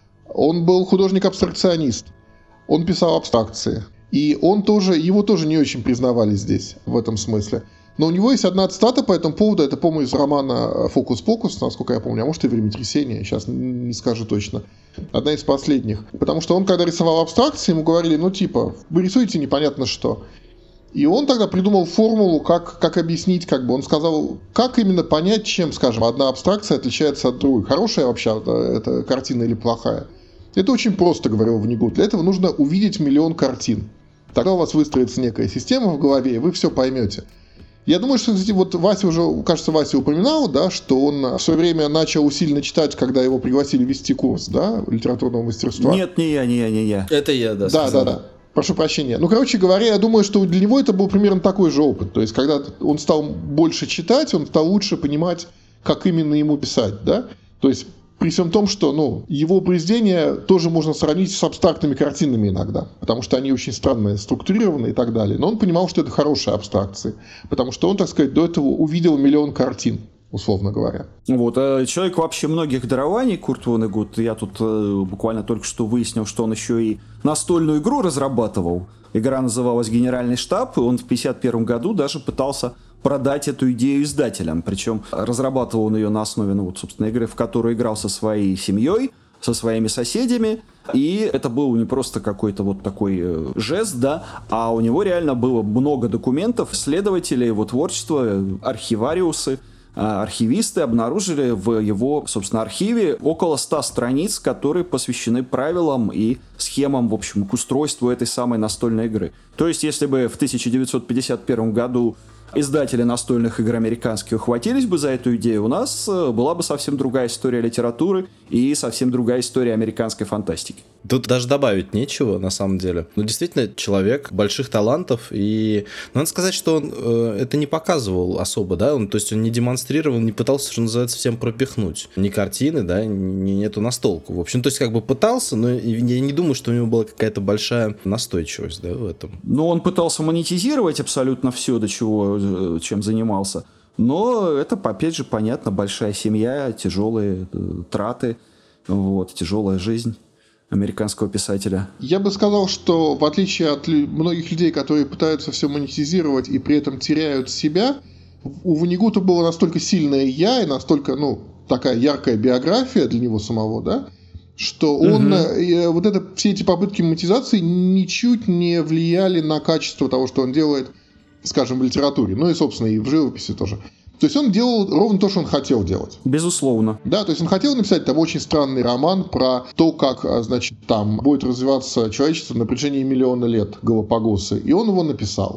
Он был художник-абстракционист. Он писал абстракции. И он тоже, его тоже не очень признавали здесь, в этом смысле. Но у него есть одна цитата по этому поводу. Это, по-моему, из романа «Фокус-покус», насколько я помню. А может, и «Времятрясение». Сейчас не скажу точно. Одна из последних. Потому что он, когда рисовал абстракции, ему говорили, ну, типа, вы рисуете непонятно что. И он тогда придумал формулу, как, как объяснить, как бы, он сказал, как именно понять, чем, скажем, одна абстракция отличается от другой. Хорошая вообще эта картина или плохая. Это очень просто, говорил Воннегут. Для этого нужно увидеть миллион картин. Тогда у вас выстроится некая система в голове, и вы все поймете. Я думаю, что, кстати, вот Вася уже, кажется, Вася упоминал, да, что он в свое время начал усиленно читать, когда его пригласили вести курс, да, литературного мастерства. Нет, не я, не я, не я. Это я, да. Да, да, да. Прошу прощения. Ну, короче говоря, я думаю, что для него это был примерно такой же опыт. То есть, когда он стал больше читать, он стал лучше понимать, как именно ему писать, да. То есть, при всем том, что, ну, его произведения тоже можно сравнить с абстрактными картинами иногда, потому что они очень странно структурированы и так далее. Но он понимал, что это хорошие абстракции, потому что он, так сказать, до этого увидел миллион картин, условно говоря. Вот, человек вообще многих дарований, Курт Воннегут. Я тут э, буквально только что выяснил, что он еще и настольную игру разрабатывал. Игра называлась «Генеральный штаб», и он в пятьдесят первом году даже пытался продать эту идею издателям. Причем разрабатывал он ее на основе, ну, вот, собственно, игры, в которую играл со своей семьей, со своими соседями. И это был не просто какой-то вот такой э, жест, да, а у него реально было много документов, исследователи его творчества, архивариусы, архивисты обнаружили в его, собственно, архиве около ста страниц, которые посвящены правилам и схемам, в общем, к устройству этой самой настольной игры. То есть, если бы в тысяча девятьсот пятьдесят первом году издатели настольных игр американских ухватились бы за эту идею, у нас была бы совсем другая история литературы и совсем другая история американской фантастики. Тут даже добавить нечего, на самом деле. Ну, действительно, человек больших талантов, и надо сказать, что он э, это не показывал особо, да, он, то есть он не демонстрировал, не пытался, что называется, всем пропихнуть. Ни картины, да, ни, ни эту настолку. В общем, то есть как бы пытался, но я не думаю, что у него была какая-то большая настойчивость, да, в этом. Ну, он пытался монетизировать абсолютно все, до чего, чем занимался. Но это, опять же, понятно, большая семья, тяжелые траты, вот, тяжелая жизнь американского писателя. Я бы сказал, что в отличие от многих людей, которые пытаются все монетизировать и при этом теряют себя, у Воннегута было настолько сильное «я» и настолько, ну, такая яркая биография для него самого, да, что он, угу. вот это, все эти попытки монетизации ничуть не влияли на качество того, что он делает, скажем, в литературе, ну и, собственно, и в живописи тоже. То есть он делал ровно то, что он хотел делать. Безусловно. Да, то есть он хотел написать там очень странный роман про то, как, значит, там будет развиваться человечество на протяжении миллиона лет, Галапагосы, и он его написал.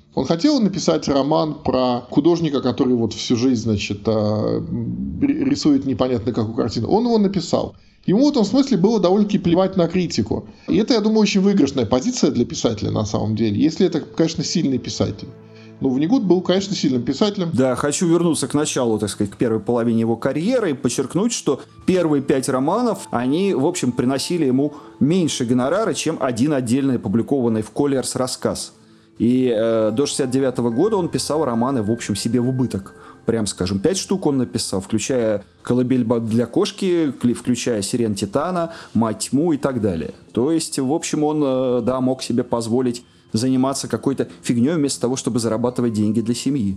Он хотел написать роман про художника, который вот всю жизнь, значит, рисует непонятно какую картину. Он его написал. Ему в этом смысле было довольно-таки плевать на критику. И это, я думаю, очень выигрышная позиция для писателя на самом деле, если это, конечно, сильный писатель. Но Воннегут был, конечно, сильным писателем. Да, хочу вернуться к началу, так сказать, к первой половине его карьеры и подчеркнуть, что первые пять романов, они, в общем, приносили ему меньше гонорара, чем один отдельный опубликованный в Colliers рассказ. И э, до шестьдесят девятого года он писал романы, в общем, себе в убыток. Прям скажем, пять штук он написал, включая «Колыбель для кошки», включая «Сирен Титана», «Мать тьму» и так далее. То есть, в общем, он, да, мог себе позволить заниматься какой-то фигней вместо того, чтобы зарабатывать деньги для семьи.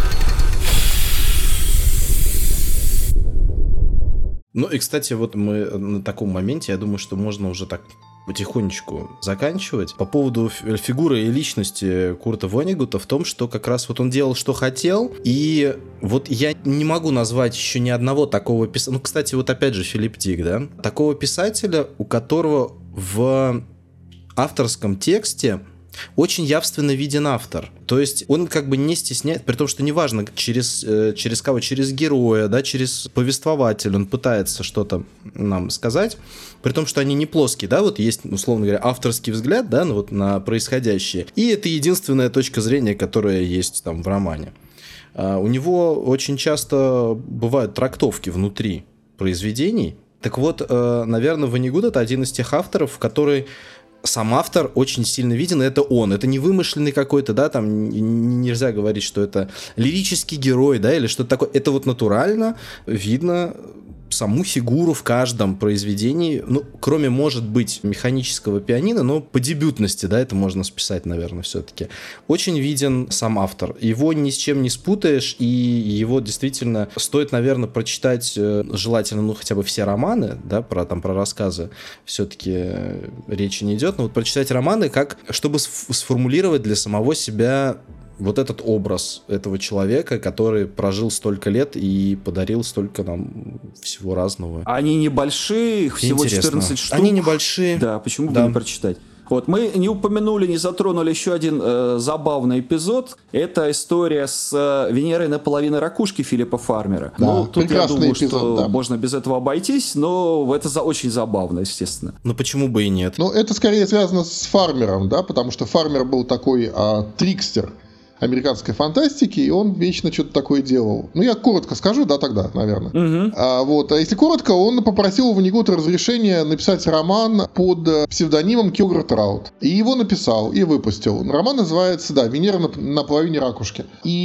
Ну и, кстати, вот мы на таком моменте, я думаю, что можно уже так потихонечку заканчивать. По поводу фигуры и личности Курта Воннегута в том, что как раз вот он делал, что хотел, и вот я не могу назвать еще ни одного такого писателя. Ну, кстати, вот опять же Филипп Дик, да? Такого писателя, у которого в авторском тексте очень явственно виден автор. То есть он как бы не стесняет, при том, что неважно, через, через кого, через героя, да, через повествователя он пытается что-то нам сказать, при том, что они не плоские, да, вот есть, условно говоря, авторский взгляд, да, ну, вот на происходящее, и это единственная точка зрения, которая есть там в романе. А у него очень часто бывают трактовки внутри произведений. Так вот, наверное, Воннегут — это один из тех авторов, который сам автор очень сильно виден, и это он. Это не вымышленный какой-то, да, там нельзя говорить, что это лирический герой, да, или что-то такое. Это вот натурально видно саму фигуру в каждом произведении, ну, кроме, может быть, механического пианино, но по дебютности, да, это можно списать, наверное, все-таки. Очень виден сам автор. Его ни с чем не спутаешь, и его действительно стоит, наверное, прочитать, желательно, ну, хотя бы все романы, да, про, там, про рассказы все-таки речи не идет, но вот прочитать романы, как, чтобы сформулировать для самого себя вот этот образ этого человека, который прожил столько лет и подарил столько нам всего разного. Они небольшие, их всего Интересно. четырнадцать штук. Они небольшие. Да, почему бы да. не прочитать? Вот, мы не упомянули, не затронули еще один э, забавный эпизод. Это история с э, Венерой наполовину ракушки Филиппа Фармера. Да, ну, тут я думаю, эпизод, что да. можно без этого обойтись, но это за, очень забавно, естественно. Ну, почему бы и нет? Ну, это скорее связано с Фармером, да, потому что Фармер был такой а, трикстер американской фантастики, и он вечно что-то такое делал. Ну, я коротко скажу, да, тогда, наверное. Угу. А, вот. А если коротко, он попросил у Воннегута разрешения написать роман под псевдонимом Килгор Траут. И его написал, и выпустил. Роман называется, да, «Венера на, на половине ракушки».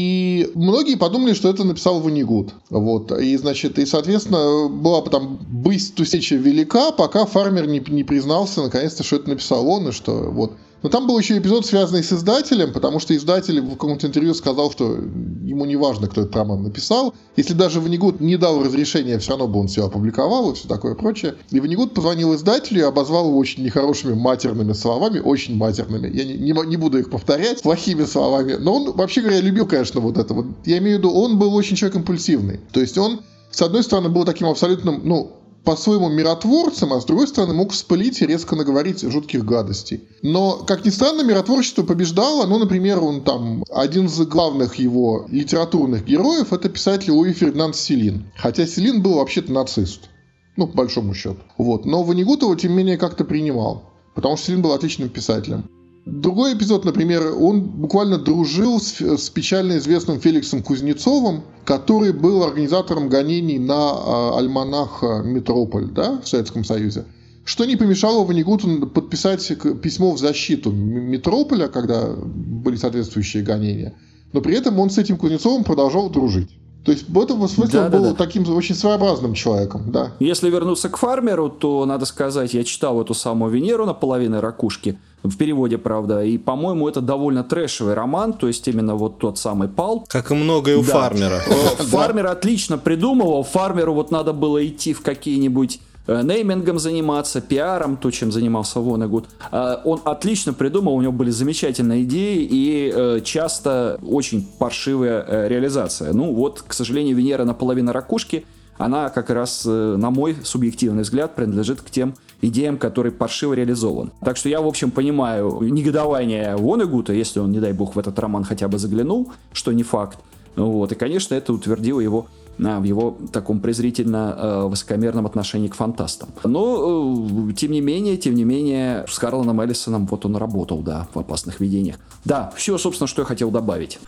И многие подумали, что это написал Воннегут. Вот. И, значит, и, соответственно, была там бысть тусеча велика, пока Фармер не, не признался, наконец-то, что это написал он, и что, вот. Но там был еще эпизод, связанный с издателем, потому что издатель в каком-то интервью сказал, что ему не важно, кто этот роман написал. Если даже Воннегут не дал разрешения, все равно бы он все опубликовал и все такое прочее. И Воннегут позвонил издателю и обозвал его очень нехорошими матерными словами, очень матерными. Я не, не, не буду их повторять, плохими словами. Но он, вообще говоря, любил, конечно, вот это. Вот, я имею в виду, он был очень человек импульсивный. То есть он, с одной стороны, был таким абсолютным, ну, по-своему миротворцем, а с другой стороны мог вспылить и резко наговорить жутких гадостей. Но, как ни странно, миротворчество побеждало. Ну, например, он там, один из главных его литературных героев — это писатель Луи Фердинанд Селин. Хотя Селин был вообще-то нацист. Ну, по большому счету. Вот. Но Воннегут его, тем не менее, как-то принимал. Потому что Селин был отличным писателем. Другой эпизод, например, он буквально дружил с, с печально известным Феликсом Кузнецовым, который был организатором гонений на э, альманах «Метрополь», да, в Советском Союзе. Что не помешало Воннегуту подписать письмо в защиту «Метрополя», когда были соответствующие гонения. Но при этом он с этим Кузнецовым продолжал дружить. То есть в этом смысле да, он был да, да. таким очень своеобразным человеком, да. Если вернуться к Фармеру, то, надо сказать, я читал эту самую «Венеру наполовину ракушки», в переводе, правда, и, по-моему, это довольно трэшевый роман, то есть именно вот тот самый палп. Как и многое у да. Фармера. Фармер отлично придумывал, Фармеру вот надо было идти в какие-нибудь неймингом заниматься, пиаром, то, чем занимался Воннегут. Он отлично придумал, у него были замечательные идеи и часто очень паршивая реализация. Ну вот, к сожалению, «Венера наполовину ракушки», она как раз, на мой субъективный взгляд, принадлежит к тем идеям, которые паршиво реализованы. Так что я, в общем, понимаю негодование Воннегута, если он, не дай бог, в этот роман хотя бы заглянул, что не факт. Вот. И, конечно, это утвердило его в его таком презрительно э, высокомерном отношении к фантастам. Но, э, тем не менее, тем не менее, с Харланом Эллисоном вот он работал, да, в «Опасных видениях». Да, все, собственно, что я хотел добавить.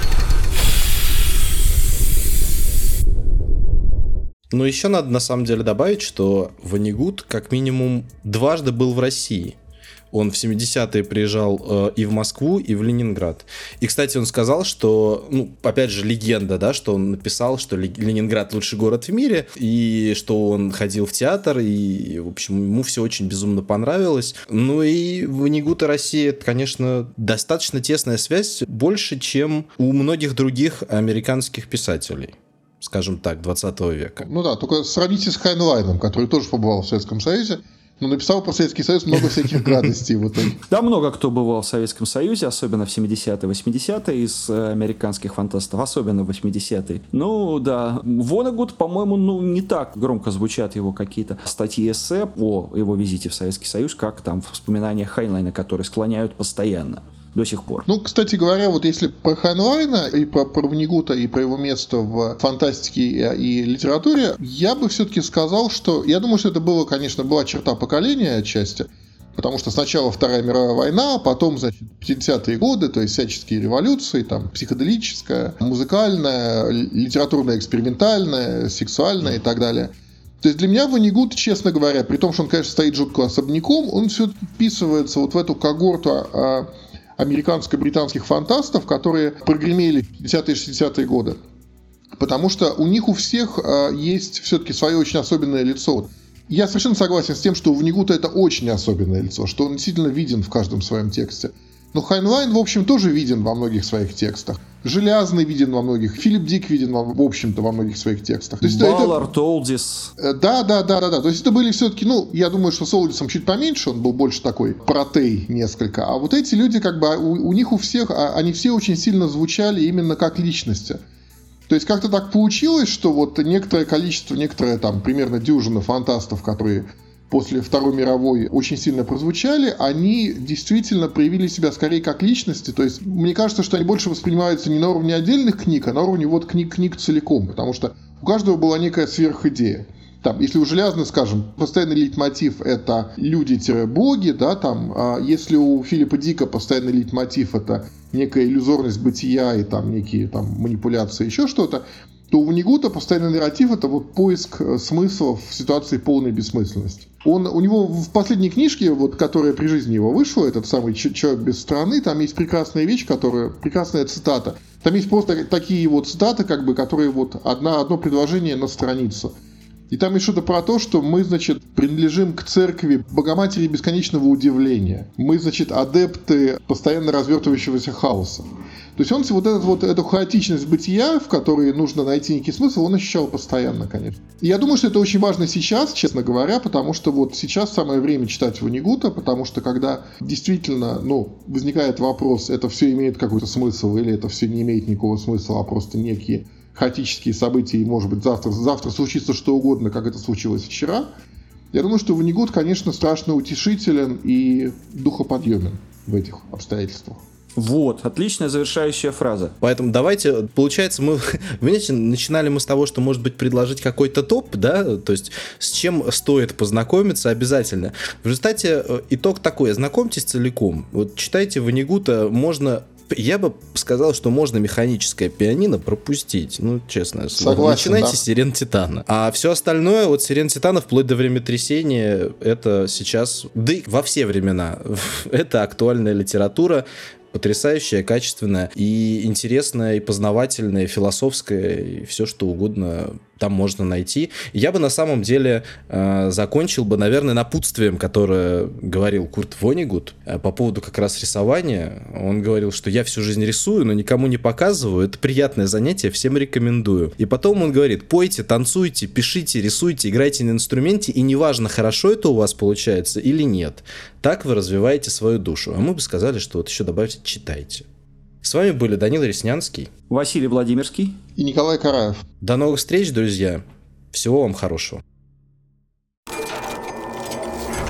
Ну, еще надо на самом деле добавить, что Воннегут как минимум дважды был в России. Он в семидесятые приезжал э, и в Москву, и в Ленинград. И, кстати, он сказал, что, ну, опять же, легенда, да, что он написал, что Ленинград лучший город в мире, и что он ходил в театр, и, в общем, ему все очень безумно понравилось. Ну и Воннегут и Россия, это, конечно, достаточно тесная связь, больше, чем у многих других американских писателей, скажем так, двадцатого века. Ну да, только сравните с Хайнлайном, который тоже побывал в Советском Союзе, но написал про Советский Союз много всяких гадостей в итоге. Да, много кто бывал в Советском Союзе, особенно в семидесятые, восьмидесятые, из американских фантастов, особенно в восьмидесятые. Ну, да. Воннегут, по-моему, ну, не так громко звучат его какие-то статьи эссе о его визите в Советский Союз, как там воспоминания Хайнлайна, которые склоняют постоянно. До сих пор. Ну, кстати говоря, вот если про Хайнлайна и про, про Воннегута и про его место в фантастике и, и литературе, я бы все-таки сказал, что я думаю, что это было, конечно, была черта поколения отчасти, потому что сначала Вторая мировая война, потом, значит, пятидесятые годы, то есть всяческие революции, там, психоделическая, музыкальная, литературная, экспериментальная, сексуальная и так далее. То есть для меня Воннегут, честно говоря, при том, что он, конечно, стоит жутко особняком, он все вписывается вот в эту когорту а, американско-британских фантастов, которые прогремели в пятидесятые и шестидесятые годы. Потому что у них у всех э, есть все-таки свое очень особенное лицо. Я совершенно согласен с тем, что у Воннегута это очень особенное лицо, что он действительно виден в каждом своем тексте. Но Хайнлайн, в общем, тоже виден во многих своих текстах. Железный виден во многих. Филипп Дик виден, в общем-то, во многих своих текстах. Баллард, Олдис. Да, да, да, да, да. То есть это были все-таки, ну, я думаю, что с Олдисом чуть поменьше, он был больше такой протей несколько. А вот эти люди, как бы, у, у них у всех, они все очень сильно звучали именно как личности. То есть как-то так получилось, что вот некоторое количество, некоторое там примерно дюжина фантастов, которые после Второй мировой очень сильно прозвучали, они действительно проявили себя скорее как личности. То есть мне кажется, что они больше воспринимаются не на уровне отдельных книг, а на уровне вот книг-книг целиком. Потому что у каждого была некая сверхидея. Там, если у Железного, скажем, постоянный лейтмотив — это люди-боги, да, там, а если у Филиппа Дика постоянный лейтмотив — это некая иллюзорность бытия и там некие там манипуляции, еще что-то, то у Воннегута постоянный нарратив — это вот поиск смыслов в ситуации полной бессмысленности. Он, у него в последней книжке, вот, которая при жизни его вышла, этот самый «Человек без страны», там есть прекрасная вещь, которая, прекрасная цитата. Там есть просто такие вот цитаты, как бы, которые вот одна, одно предложение на страницу. И там есть что-то про то, что мы, значит, принадлежим к церкви Богоматери бесконечного удивления. Мы, значит, адепты постоянно развертывающегося хаоса. То есть он вот, этот, вот эту хаотичность бытия, в которой нужно найти некий смысл, он ощущал постоянно, конечно. И я думаю, что это очень важно сейчас, честно говоря, потому что вот сейчас самое время читать Воннегута, потому что когда действительно, ну, возникает вопрос, это все имеет какой-то смысл или это все не имеет никакого смысла, а просто некие хаотические события, и, может быть, завтра, завтра случится что угодно, как это случилось вчера. Я думаю, что Воннегут, конечно, страшно утешителен и духоподъемен в этих обстоятельствах. Вот, отличная завершающая фраза. Поэтому давайте, получается, мы, видите, начинали мы с того, что, может быть, предложить какой-то топ, да, то есть с чем стоит познакомиться обязательно. В результате итог такой: знакомьтесь целиком. Вот читайте Воннегута, можно... Я бы сказал, что можно механическое пианино пропустить. Ну, честное слово. Согласен, начинайте да. с «Сирен Титана». А все остальное, вот «Сирен Титана» вплоть до «Времятрясения», это сейчас, да и во все времена, это актуальная литература, потрясающая, качественная и интересная, и познавательная, и философская, и все что угодно там можно найти. Я бы на самом деле э, закончил бы, наверное, напутствием, которое говорил Курт Воннегут э, по поводу как раз рисования. Он говорил, что я всю жизнь рисую, но никому не показываю. Это приятное занятие, всем рекомендую. И потом он говорит: пойте, танцуйте, пишите, рисуйте, играйте на инструменте, и неважно, хорошо это у вас получается или нет. Так вы развиваете свою душу. А мы бы сказали, что вот еще добавьте: читайте. С вами были Данила Реснянский, Василий Владимирский и Николай Караев. До новых встреч, друзья. Всего вам хорошего.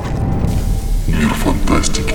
Фантастики.